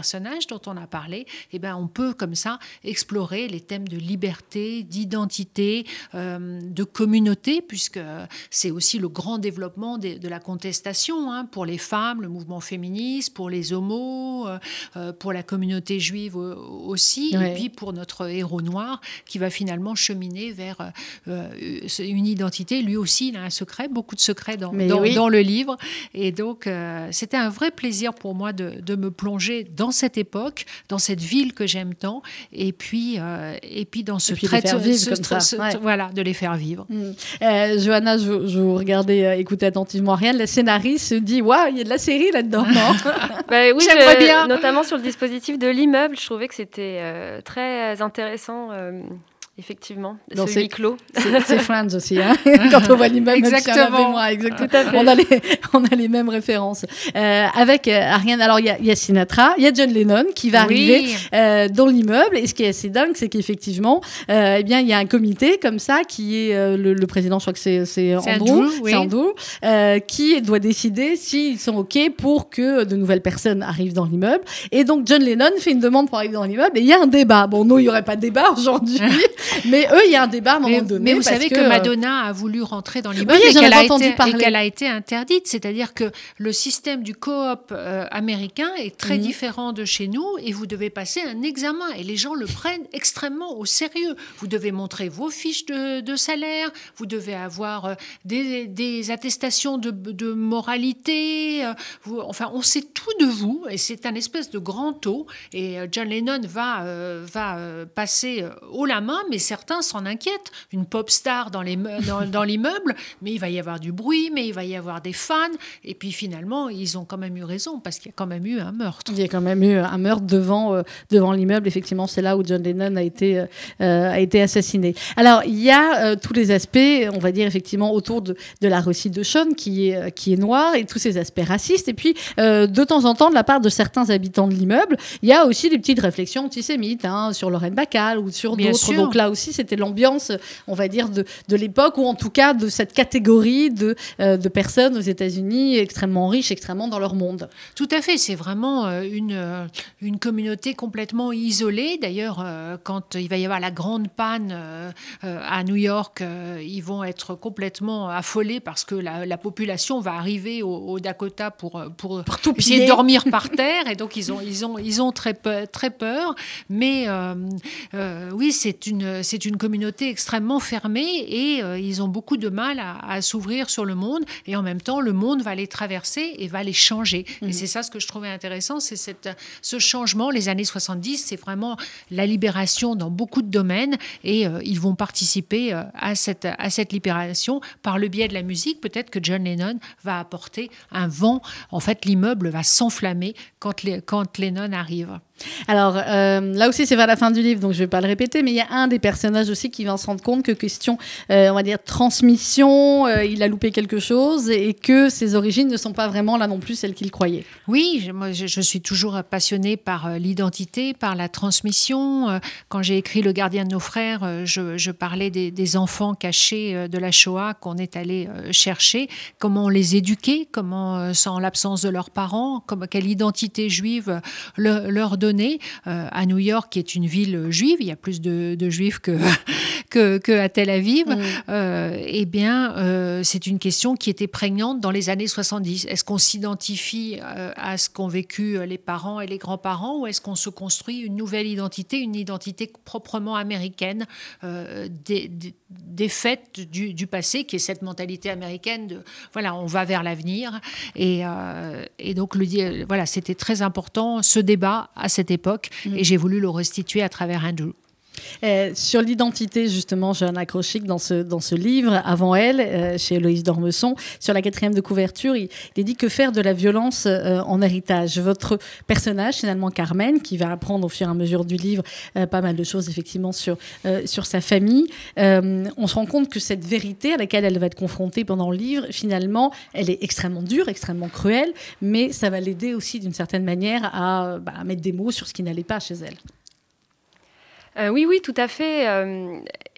personnages dont on a parlé, eh ben, on peut comme ça explorer les thèmes de liberté, d'identité, euh, de communauté, puisque c'est aussi le grand développement de, de la contestation hein, pour les femmes, le mouvement féministe, pour les homos, euh, pour la communauté juive aussi, ouais. Et puis pour notre héros noir qui va finalement cheminer vers euh, une identité. Lui aussi, il a un secret, beaucoup de secrets dans, dans, oui. dans le livre. Et donc, euh, c'était un vrai plaisir pour moi de, de me plonger dans cette époque, dans cette ville que j'aime tant, et puis, euh, et puis dans ce trait, ce, ce, comme ça. Ce, Ouais. voilà, de les faire vivre. Mmh. Euh, Johanna, je, je vous regardais euh, écouter attentivement Ariane. La scénariste se dit, waouh, il y a de la série là-dedans, non? Bah, oui, j'aimerais je, bien. Notamment sur le dispositif de l'immeuble, je trouvais que c'était euh, très intéressant. Euh, Effectivement, donc ce huis clos. C'est, c'est Friends aussi, hein quand on voit l'immeuble, exactement. Moi, exactement. Tout à fait. On a les, on a les mêmes références. Euh, avec euh, Ariane, alors il y, y a Sinatra, il y a John Lennon qui va oui. arriver euh, dans l'immeuble. Et ce qui est assez dingue, c'est qu'effectivement, euh, eh bien, il y a un comité comme ça qui est euh, le, le président, je crois que c'est, c'est, c'est Andrew, Andrew, oui. c'est Andrew euh, qui doit décider s'ils sont ok pour que de nouvelles personnes arrivent dans l'immeuble. Et donc John Lennon fait une demande pour arriver dans l'immeuble et il y a un débat. Bon, nous, il y aurait pas de débat aujourd'hui. Mais eux, il y a un débat à un moment mais, donné. Mais vous parce savez que, que Madonna a voulu rentrer dans l'immeuble oui, et, qu'elle a été, et qu'elle a été interdite. C'est-à-dire que le système du coop euh, américain est très mmh. différent de chez nous et vous devez passer un examen. Et les gens le prennent extrêmement au sérieux. Vous devez montrer vos fiches de, de salaire, vous devez avoir euh, des, des attestations de, de moralité. Euh, vous, enfin, on sait tout de vous et c'est un espèce de grand taux. Et euh, John Lennon va, euh, va euh, passer euh, haut la main, mais certains s'en inquiètent. Une pop star dans, les, dans, dans l'immeuble, mais il va y avoir du bruit, mais il va y avoir des fans. Et puis finalement, ils ont quand même eu raison, parce qu'il y a quand même eu un meurtre. Il y a quand même eu un meurtre devant, euh, devant l'immeuble. Effectivement, c'est là où John Lennon a été, euh, a été assassiné. Alors, il y a euh, tous les aspects, on va dire, effectivement, autour de, de la Russie de Sean, qui est, qui est noire, et tous ces aspects racistes. Et puis, euh, de temps en temps, de la part de certains habitants de l'immeuble, il y a aussi des petites réflexions antisémites hein, sur Lorraine Bacall ou sur Bien d'autres. Sûr. Donc là aussi, c'était l'ambiance, on va dire, de, de l'époque, ou en tout cas de cette catégorie de, euh, de personnes aux États-Unis extrêmement riches, extrêmement dans leur monde. Tout à fait, c'est vraiment euh, une, euh, une communauté complètement isolée. D'ailleurs, euh, quand il va y avoir la grande panne euh, euh, à New York, euh, ils vont être complètement affolés parce que la, la population va arriver au, au Dakota pour, pour, pour tout essayer de dormir par terre. Et donc, ils ont, ils ont, ils ont très, peur, très peur. Mais euh, euh, oui, c'est une, c'est une communauté extrêmement fermée et euh, ils ont beaucoup de mal à, à s'ouvrir sur le monde. Et en même temps, le monde va les traverser et va les changer. Mmh. Et c'est ça ce que je trouvais intéressant, c'est cette, ce changement. Les années soixante-dix, c'est vraiment la libération dans beaucoup de domaines et euh, ils vont participer euh, à, cette, à cette libération par le biais de la musique. Peut-être que John Lennon va apporter un vent. En fait, l'immeuble va s'enflammer quand, les, quand Lennon arrive. Alors euh, là aussi c'est vers la fin du livre donc je vais pas le répéter mais il y a un des personnages aussi qui va se rendre compte que question euh, on va dire transmission euh, il a loupé quelque chose et que ses origines ne sont pas vraiment là non plus celles qu'il croyait. Oui, moi je, je suis toujours passionnée par euh, l'identité, par la transmission. Euh, quand j'ai écrit Le gardien de nos frères, euh, je, je parlais des, des enfants cachés euh, de la Shoah qu'on est allé euh, chercher, comment on les éduquait, comment euh, sans l'absence de leurs parents, comme, quelle identité juive le, leur donner. Euh, à New York, qui est une ville juive, il y a plus de, de juifs que, que, que à Tel Aviv, mmh. euh, eh bien, euh, c'est une question qui était prégnante dans les années soixante-dix. Est-ce qu'on s'identifie euh, à ce qu'ont vécu les parents et les grands-parents ou est-ce qu'on se construit une nouvelle identité, une identité proprement américaine euh, des, des, des faits du, du passé, qui est cette mentalité américaine de, voilà, on va vers l'avenir. Et, euh, et donc, le, voilà, c'était très important, ce débat à cette époque, mmh. et j'ai voulu le restituer à travers Andrew. Euh, sur l'identité, justement, Johanna Kroschig, dans ce, dans ce livre, avant elle, euh, chez Héloïse d'Ormesson, sur la quatrième de couverture, il, il est dit que faire de la violence euh, en héritage. Votre personnage, finalement, Carmen, qui va apprendre au fur et à mesure du livre euh, pas mal de choses, effectivement, sur, euh, sur sa famille, euh, on se rend compte que cette vérité à laquelle elle va être confrontée pendant le livre, finalement, elle est extrêmement dure, extrêmement cruelle, mais ça va l'aider aussi, d'une certaine manière, à, bah, à mettre des mots sur ce qui n'allait pas chez elle. Euh, oui, oui, tout à fait. Euh,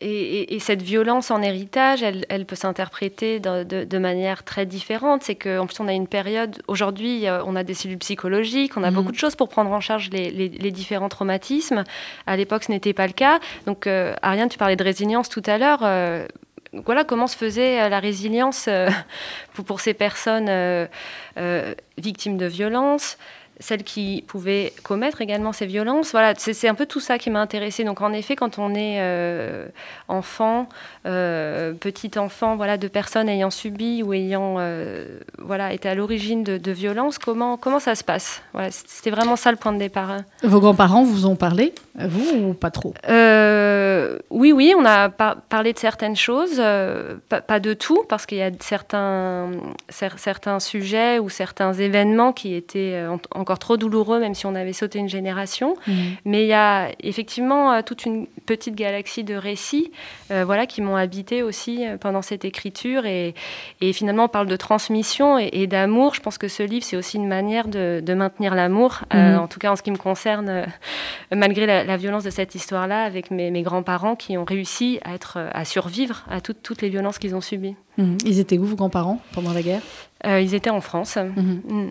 et, et, et cette violence en héritage, elle, elle peut s'interpréter de, de, de manière très différente. C'est qu'en plus, on a une période, aujourd'hui, on a des cellules psychologiques, on a mmh. beaucoup de choses pour prendre en charge les, les, les différents traumatismes. À l'époque, ce n'était pas le cas. Donc, euh, Ariane, tu parlais de résilience tout à l'heure. Euh, voilà comment se faisait la résilience euh, pour, pour ces personnes euh, euh, victimes de violences, celles qui pouvaient commettre également ces violences. Voilà, c'est, c'est un peu tout ça qui m'a intéressée. Donc en effet, quand on est euh, enfant, euh, petit enfant, voilà, de personnes ayant subi ou ayant euh, voilà, été à l'origine de, de violences, comment, comment ça se passe? Voilà, c'était vraiment ça le point de départ. Hein. Vos grands-parents vous ont parlé, vous, ou pas trop? euh, Oui, oui, on a par- parlé de certaines choses, euh, pas, pas de tout, parce qu'il y a certains, cer- certains sujets ou certains événements qui étaient en, en encore trop douloureux, même si on avait sauté une génération. Mmh. Mais il y a effectivement euh, toute une petite galaxie de récits euh, voilà, qui m'ont habité aussi euh, pendant cette écriture. Et, et finalement, on parle de transmission et, et d'amour. Je pense que ce livre, c'est aussi une manière de, de maintenir l'amour, mmh. euh, en tout cas en ce qui me concerne, euh, malgré la, la violence de cette histoire-là, avec mes, mes grands-parents qui ont réussi à, être, à survivre à tout, toutes les violences qu'ils ont subies. Mmh. Ils étaient où, vos grands-parents, pendant la guerre? euh, Ils étaient en France. Mmh. Mmh.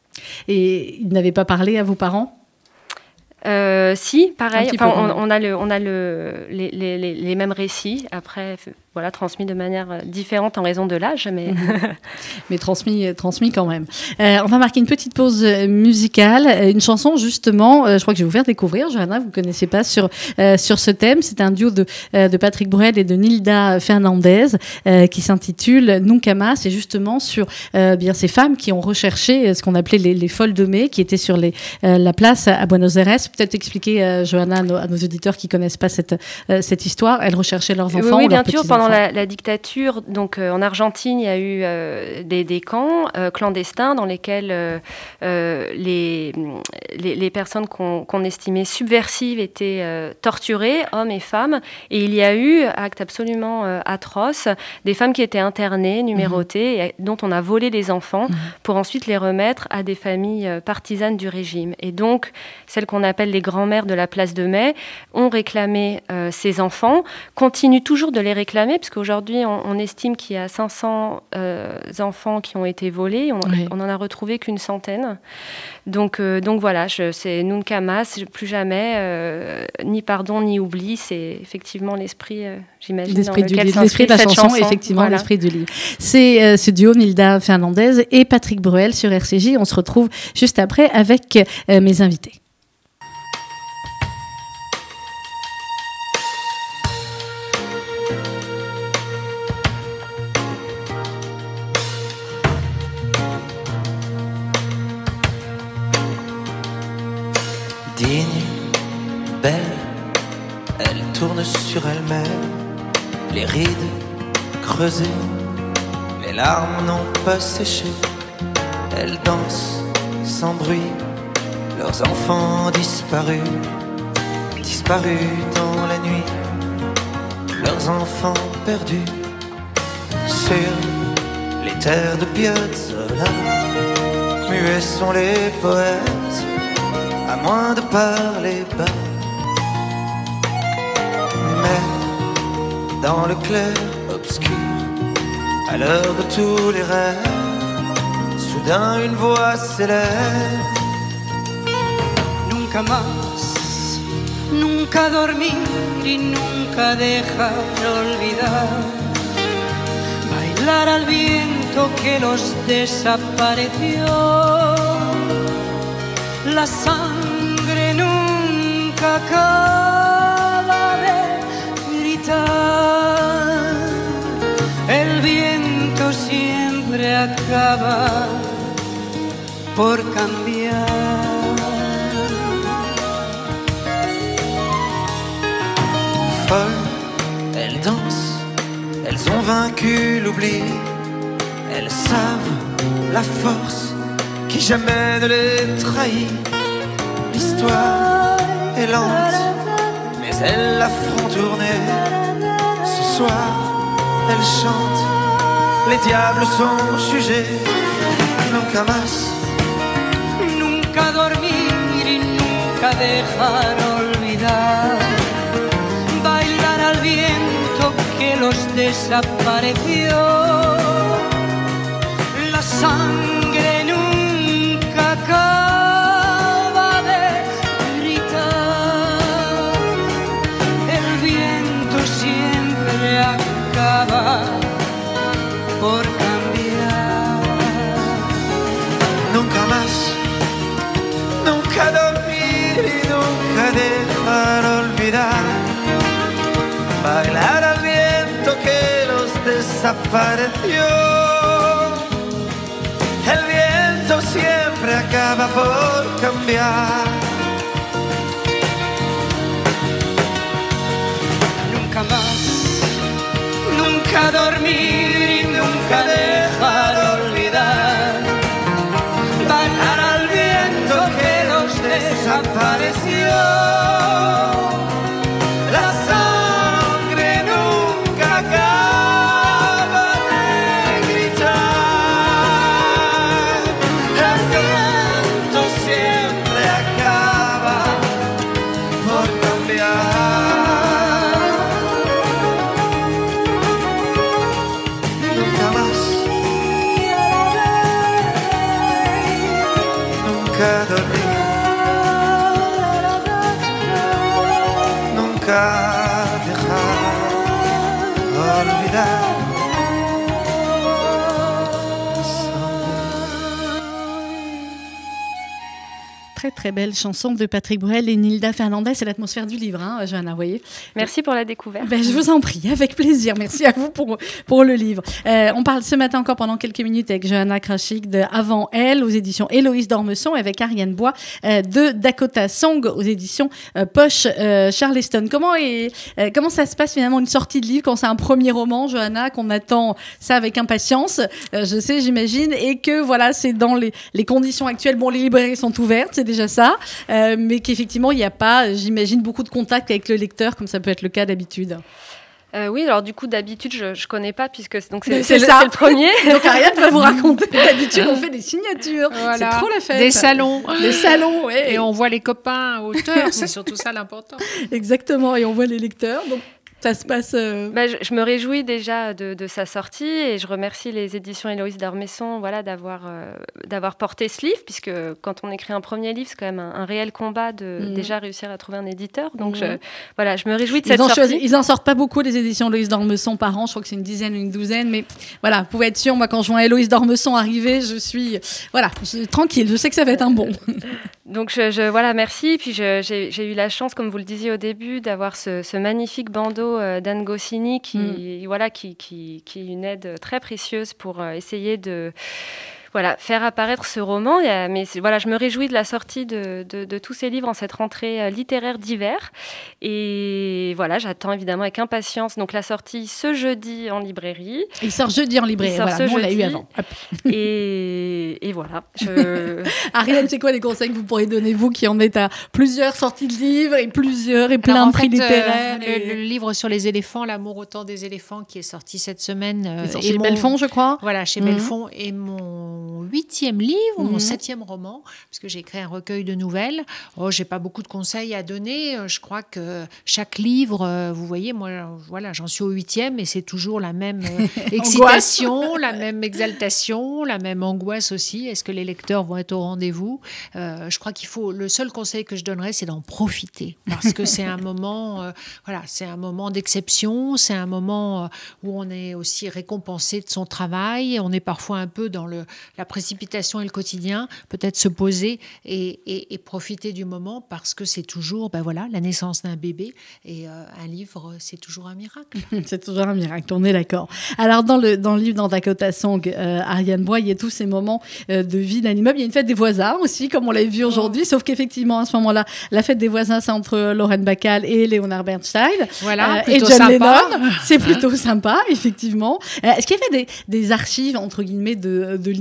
Et ils n'avaient pas parlé à vos parents? euh, Si, pareil. Enfin, on, on a, le, on a le, les, les, les mêmes récits, après, voilà, transmis de manière différente en raison de l'âge, mais, mais transmis, transmis quand même. Euh, on va marquer une petite pause musicale. Une chanson, justement, euh, je crois que je vais vous faire découvrir. Johanna, vous ne connaissez pas sur, euh, sur ce thème. C'est un duo de, euh, de Patrick Bruel et de Nilda Fernandez euh, qui s'intitule Nunca Más. C'est justement sur euh, bien ces femmes qui ont recherché ce qu'on appelait les, les folles de mai, qui étaient sur les, euh, la place à Buenos Aires. Peut-être expliquer, euh, Johanna, à nos, à nos auditeurs qui ne connaissent pas cette, euh, cette histoire. Elles recherchaient leurs enfants. Oui, oui ou bien leurs sûr. petits-enfants. Pendant la, la dictature, donc euh, en Argentine, il y a eu euh, des, des camps euh, clandestins dans lesquels euh, euh, les, les, les personnes qu'on, qu'on estimait subversives étaient euh, torturées, hommes et femmes. Et il y a eu, acte absolument euh, atroce, des femmes qui étaient internées, numérotées, mmh. et dont on a volé les enfants mmh. pour ensuite les remettre à des familles euh, partisanes du régime. Et donc, celles qu'on appelle les grands-mères de la place de Mai ont réclamé euh, ces enfants, continuent toujours de les réclamer, puisqu'aujourd'hui, on, on estime qu'il y a cinq cents euh, enfants qui ont été volés. On, oui. on en a retrouvé qu'une centaine. Donc, euh, donc voilà, je, c'est Nunca Más, plus jamais, euh, ni pardon, ni oubli. C'est effectivement l'esprit, euh, j'imagine, l'esprit dans du lequel livre, l'esprit de la chanson, chanson, effectivement, voilà. l'esprit du livre. C'est euh, ce duo Nilda Fernandez et Patrick Bruel sur R C J. On se retrouve juste après avec euh, mes invités. Digne, belle, elle tourne sur elle-même, les rides creusées, les larmes n'ont pas séché. Elle danse sans bruit, leurs enfants disparus, disparus dans la nuit, leurs enfants perdus sur les terres de Piazzolla. Muets sont les poètes, à moins de parler bas. Mais dans le clair obscur, à l'heure de tous les rêves, soudain une voix s'élève. Nunca más, nunca dormir y nunca dejar olvidar. Bailar al viento que los desapareció. La sangre nunca acaba de gritar. El viento siempre acaba por cambiar. Folles, elles dansent, elles ont vaincu l'oubli. Elles savent la force qui jamais ne les trahit. L'histoire est lente, mais elles la feront tourner. Ce soir, elles chantent, les diables sont jugés. Nunca más, nunca dormir y nunca dejar olvidar. Bailar al viento que los desapareció. La sangre nunca acaba de gritar, el viento siempre acaba por cambiar. Nunca más, nunca dormir y nunca dejar olvidar, bailar al viento que los desapareció. El viento siempre acaba por cambiar. Nunca más, nunca dormir y nunca dejar olvidar, bailar al viento que los desapareció. La sangre nunca acaba de gritar, el viento siempre acaba por cambiar. Nunca más, nunca dormir, nunca dejar olvidar. Très très belle chanson de Patrick Bruel et Nilda Fernandez. C'est l'atmosphère du livre, hein, Johanna, vous voyez. Merci pour la découverte. Ben, je vous en prie, avec plaisir. Merci à vous pour, pour le livre. Euh, on parle ce matin encore pendant quelques minutes avec Johanna Krashik de Avant Elle aux éditions Héloïse d'Ormesson, avec Ariane Bois euh, de Dakota Song aux éditions euh, Poche euh, Charleston. Comment, est, euh, comment ça se passe finalement une sortie de livre quand c'est un premier roman, Johanna, qu'on attend ça avec impatience, euh, je sais, j'imagine, et que voilà, c'est dans les, les conditions actuelles. Bon, les librairies sont ouvertes, c'est déjà ça, euh, mais qu'effectivement, il n'y a pas, j'imagine, beaucoup de contact avec le lecteur, comme ça peut être le cas d'habitude. Euh, oui, alors du coup, d'habitude, je ne connais pas, puisque donc c'est, c'est, c'est, ça. Le, c'est le premier. Donc Ariane va vous raconter. D'habitude, on fait des signatures. Voilà. C'est trop la fête. Des salons. Des salons, oui. Et on voit les copains auteurs, c'est surtout ça l'important. Exactement, et on voit les lecteurs. Donc, ça se passe... Euh... Bah, je, je me réjouis déjà de, de sa sortie et je remercie les éditions Héloïse d'Ormesson, voilà, d'avoir, euh, d'avoir porté ce livre, puisque quand on écrit un premier livre, c'est quand même un, un réel combat de mmh. déjà réussir à trouver un éditeur. Donc mmh. je, voilà, je me réjouis de ils cette sortie. Choisi, ils n'en sortent pas beaucoup, les éditions Héloïse d'Ormesson par an. Je crois que c'est une dizaine, une douzaine. Mais voilà, vous pouvez être sûr, moi, quand je vois Héloïse d'Ormesson arriver, je suis voilà, je, tranquille. Je sais que ça va être un bon. Donc je, je, voilà, merci. Puis je, j'ai, j'ai eu la chance, comme vous le disiez au début, d'avoir ce, ce magnifique bandeau euh, d'Anne Goscinny qui, mm. voilà, qui, qui, qui est une aide très précieuse pour euh, essayer de... Voilà, faire apparaître ce roman. Mais voilà, je me réjouis de la sortie de, de, de tous ces livres en cette rentrée littéraire d'hiver. Et voilà, j'attends évidemment avec impatience donc la sortie ce jeudi en librairie. Il sort jeudi en librairie, voilà, nous, on l'a eu avant. Et, et voilà. Je... Ariane, c'est quoi les conseils que vous pourriez donner, vous qui en êtes à plusieurs sorties de livres et plusieurs et plein Alors, de prix fait, littéraires euh, et... le, le livre sur les éléphants, L'amour au temps des éléphants, qui est sorti cette semaine. Euh, et chez mon... Belfond, je crois. Voilà, chez mmh. Belfond. Et mon huitième livre, mmh. mon septième roman, parce que j'ai écrit un recueil de nouvelles. Oh, j'ai pas beaucoup de conseils à donner. Je crois que chaque livre, vous voyez, moi, voilà, j'en suis au huitième et c'est toujours la même excitation, la même exaltation, la même angoisse aussi. Est-ce que les lecteurs vont être au rendez-vous ? euh, Je crois qu'il faut. Le seul conseil que je donnerais, c'est d'en profiter, parce que c'est un moment, euh, voilà, c'est un moment d'exception. C'est un moment où on est aussi récompensé de son travail. On est parfois un peu dans le la précipitation et le quotidien, peut-être se poser et, et, et profiter du moment, parce que c'est toujours ben voilà, la naissance d'un bébé et euh, un livre, c'est toujours un miracle. C'est toujours un miracle, on est d'accord. Alors dans le, dans le livre, dans Dakota Song, euh, Ariane Bois, il y a tous ces moments euh, de vie d'un immeuble. Il y a une fête des voisins aussi, comme on l'a vu aujourd'hui, oh. sauf qu'effectivement, à ce moment-là, la fête des voisins, c'est entre Lorraine Bacall et Leonard Bernstein. Voilà, euh, et John sympa. Lennon. C'est plutôt hein sympa, effectivement. Euh, est-ce qu'il y avait des, des archives, entre guillemets, de, de l'immeuble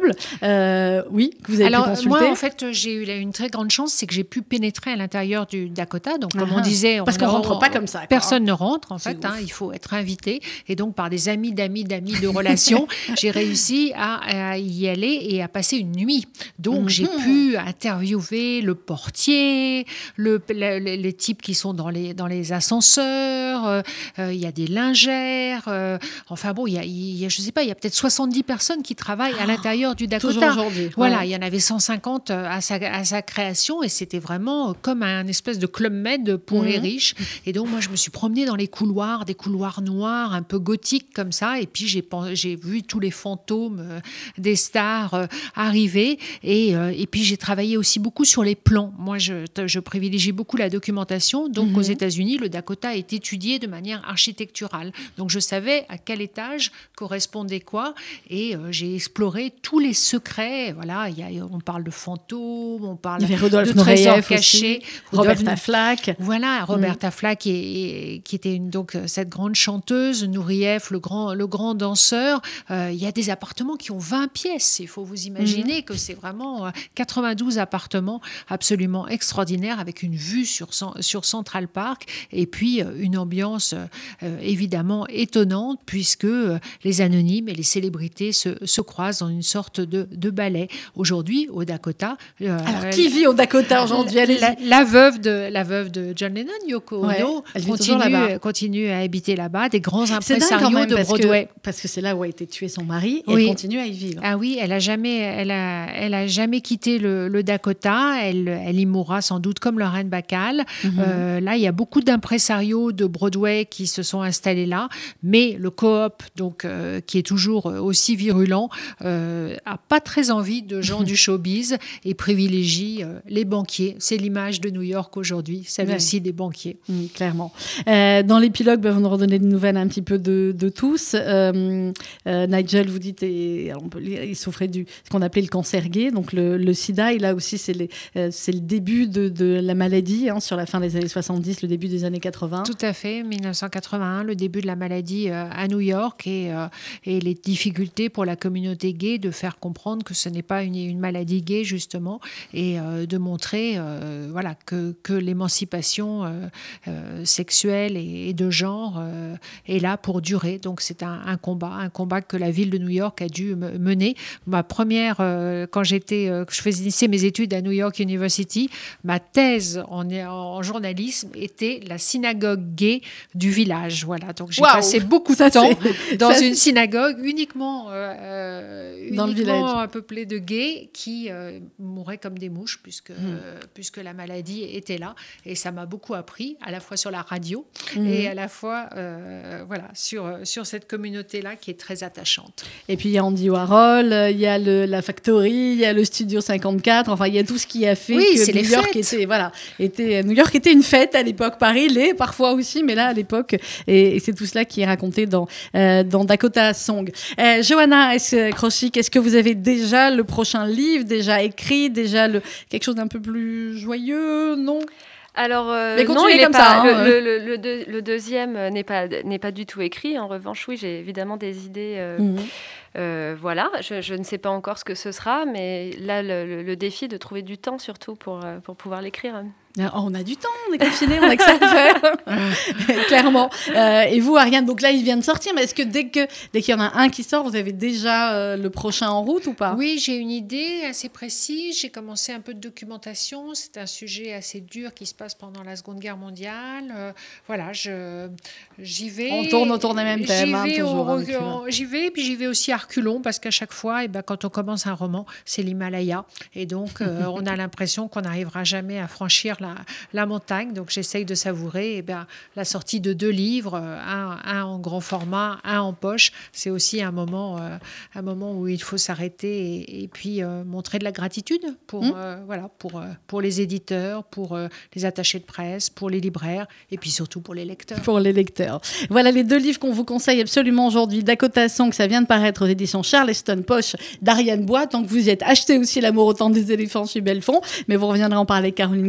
ensemble. Euh, oui, que vous avez Alors, pu consulter. moi, en fait, j'ai eu une très grande chance, c'est que j'ai pu pénétrer à l'intérieur du Dakota. Donc, comme Ah, on disait... parce on, qu'on ne on, rentre pas comme ça. Quoi. Personne ne rentre, en C'est fait. Hein, il faut être invité. Et donc, par des amis d'amis d'amis de relations, j'ai réussi à, à y aller et à passer une nuit. Donc, Mm-hmm. j'ai pu interviewer le portier, le, le, le, les types qui sont dans les, dans les ascenseurs. Il euh, euh, y a des lingères. Euh, enfin bon, il y a, y a, je ne sais pas, il y a peut-être soixante-dix personnes qui travaillent à l'intérieur du Dakota. Toujours aujourd'hui. Voilà, ouais. il y en avait cent cinquante à sa, à sa création et c'était vraiment comme un espèce de club med pour Mhm. les riches. Et donc, moi, je me suis promenée dans les couloirs, des couloirs noirs, un peu gothiques comme ça. Et puis, j'ai, j'ai vu tous les fantômes euh, des stars euh, arriver. Et, euh, et puis, j'ai travaillé aussi beaucoup sur les plans. Moi, je, je privilégie beaucoup la documentation. Donc, Mhm. aux États-Unis, le Dakota est étudié de manière architecturale. Donc, je savais à quel étage correspondait quoi. Et euh, j'ai exploré tous les secrets. Voilà, il y a, on parle de fantômes, on parle Il y avait Rodolphe de trésors Nureyev cachés. aussi, Roberta Rodolphe- Flack. Voilà, Roberta Flack, et, et- qui était une, donc cette grande chanteuse, Nureyev, le grand, le grand danseur. Euh, il y a des appartements qui ont vingt pièces. Il faut vous imaginer que c'est vraiment euh, quatre-vingt-douze appartements absolument extraordinaires avec une vue sur, Cen- sur Central Park et puis euh, une ambiance euh, évidemment étonnante puisque euh, les anonymes et les célébrités se, se croisent dans une sorte de, de ballet. Aujourd'hui, au Dakota... euh, Alors, qui vit au Dakota aujourd'hui? Allez-y. la, la veuve de la veuve de John Lennon, Yoko Ouais, Ono, elle vit toujours là-bas. continue, continue à habiter là-bas. Des grands C'est dingue quand impresarios même de parce Broadway. que, parce que c'est là où a été tué son mari et Oui. elle continue à y vivre. Ah oui, elle a jamais, elle a, elle a jamais quitté le, le Dakota. Elle, elle y mourra sans doute comme Lorraine Bacall. Mhm. Euh, là, il y a beaucoup d'impresarios de Broadway qui se sont installés là, mais le co-op, donc euh, qui est toujours aussi virulent, euh, a pas très envie de gens du showbiz et privilégie euh, les banquiers. C'est l'image de New York aujourd'hui, celle Ouais. aussi des banquiers. Mm, clairement. Euh, dans l'épilogue, bah, vous nous redonnez des nouvelles un petit peu de, de tous. Euh, euh, Nigel, vous dites, et, on peut lire, il souffrait du ce qu'on appelait le cancer gay, donc le, le sida. Et là aussi, c'est, les, euh, c'est le début de, de la maladie, hein, sur la fin des années soixante-dix, le début des années quatre-vingts. Tout à fait, dix-neuf cent quatre-vingt-un, le début de la maladie euh, à New York et, euh, et les difficultés pour la communauté gay de faire comprendre que ce n'est pas une, une maladie gay, justement, et euh, de montrer euh, voilà, que, que l'émancipation euh, euh, sexuelle et, et de genre euh, est là pour durer. Donc c'est un, un combat, un combat que la ville de New York a dû me- mener. Ma première, euh, quand j'étais, euh, que je faisais mes études à New York University, ma thèse en, en journalisme était la synagogue gay du village. Voilà, donc j'ai Waouh. passé beaucoup de Ça, temps c'est- dans ça, une c'est- synagogue uniquement, euh, euh, Dans le uniquement village. peuplée de gays qui euh, mouraient comme des mouches puisque, euh, puisque la maladie était là. Et ça m'a beaucoup appris, à la fois sur la radio Mhm. et à la fois euh, voilà, sur, sur cette communauté-là qui est très attachante. Et puis il y a Andy Warhol, euh, il y a le, la Factory, il y a le Studio cinquante-quatre, enfin il y a tout ce qui a fait Oui, que c'est New les York fêtes. était, voilà, était, New York était une fête à l'époque, Paris l'est parfois aussi, mais là à l'époque, et, et c'est tout cela qui est raconté dans, euh, dans Dakota Song. Euh, Johanna est-ce, Kroschik, est-ce que vous avez déjà le prochain livre, déjà écrit, déjà le, quelque chose d'un peu plus joyeux, non? Alors, euh, Mais non, continuez il est comme pas, ça, hein, le, euh. le- le- le deux- le deuxième euh, n'est pas, n'est pas du tout écrit. En revanche, oui, j'ai évidemment des idées. euh, Mhm. euh, voilà, je, je ne sais pas encore ce que ce sera, mais là, le, le- le défi est de trouver du temps surtout pour, euh, pour pouvoir l'écrire. Oh, on a du temps, on est confinés, on a que ça à faire. Clairement. Euh, et vous, Ariane, donc là, il vient de sortir, mais est-ce que dès, que, dès qu'il y en a un qui sort, vous avez déjà euh, le prochain en route ou pas? Oui, j'ai une idée assez précise. J'ai commencé un peu de documentation. C'est un sujet assez dur qui se passe pendant la Seconde Guerre mondiale. Euh, voilà, je, j'y vais. On tourne autour des mêmes thèmes, J'y hein, vais, toujours, au- hein, tu en- vois. j'y vais, puis j'y vais aussi à reculons, parce qu'à chaque fois, eh ben, quand on commence un roman, c'est l'Himalaya. Et donc, euh, on a l'impression qu'on n'arrivera jamais à franchir la, la montagne. Donc, j'essaye de savourer eh ben, la sortie de deux livres, euh, un, un en grand format, un en poche. C'est aussi un moment, euh, un moment où il faut s'arrêter et, et puis euh, montrer de la gratitude pour, Mmh. euh, voilà, pour, euh, pour les éditeurs, pour euh, les attachés de presse, pour les libraires et puis surtout pour les lecteurs. Pour les lecteurs. Voilà les deux livres qu'on vous conseille absolument aujourd'hui. Dakota Song, ça vient de paraître aux éditions Charleston Poche d'Ariane Bois. Tant que vous y êtes, achetez aussi L'amour au temps des éléphants chez Belfond. Mais vous reviendrez en parler avec Caroline Grutmann.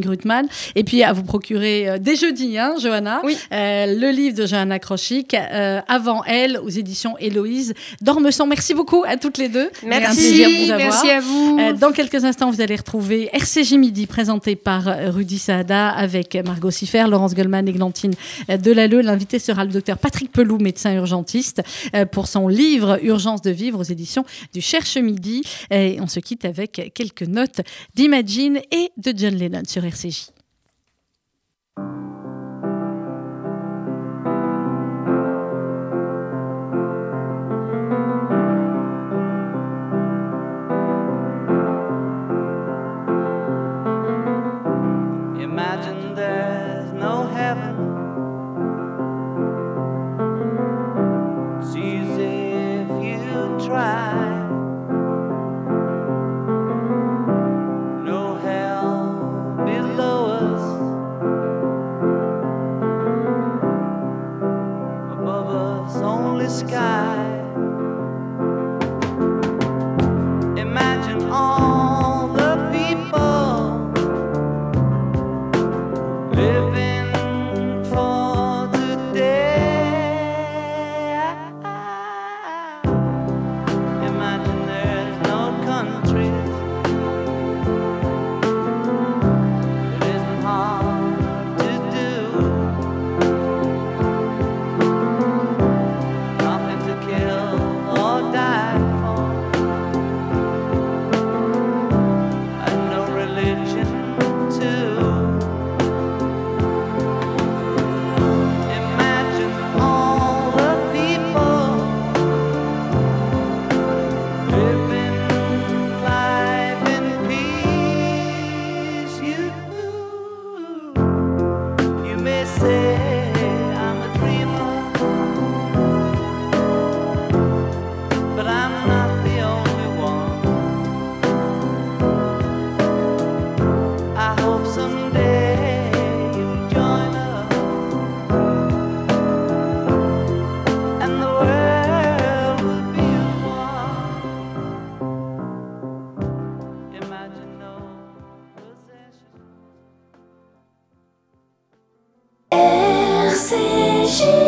Et puis à vous procurer euh, dès jeudi, hein, Johanna, oui. euh, le livre de Johanna Kroschik, euh, Avant elle, aux éditions Héloïse d'Ormesson. Merci beaucoup à toutes les deux. Merci, un plaisir de vous avoir. Merci à vous. Euh, dans quelques instants, vous allez retrouver R C J Midi, présenté par euh, Rudy Saada, avec Margot Siffer, Laurence Goldman et Glantine euh, Delalleux. L'invité sera le docteur Patrick Peloux, médecin urgentiste, euh, pour son livre Urgence de vivre aux éditions du Cherche Midi. Et on se quitte avec quelques notes d'Imagine et de John Lennon sur R C J. Imagine there's no heaven. It's easy if you try. No hell below us. Above us only sky. Imagine all the people living for today. Imagine there's no countries. It isn't hard to do. Nothing to kill or die for. And no religion too. Imagine all the people living life in peace. You, you may say I'm a dreamer, but I'm not the only one. I hope someday you'll join us. And the world will be as one. Imagine no possession. R C J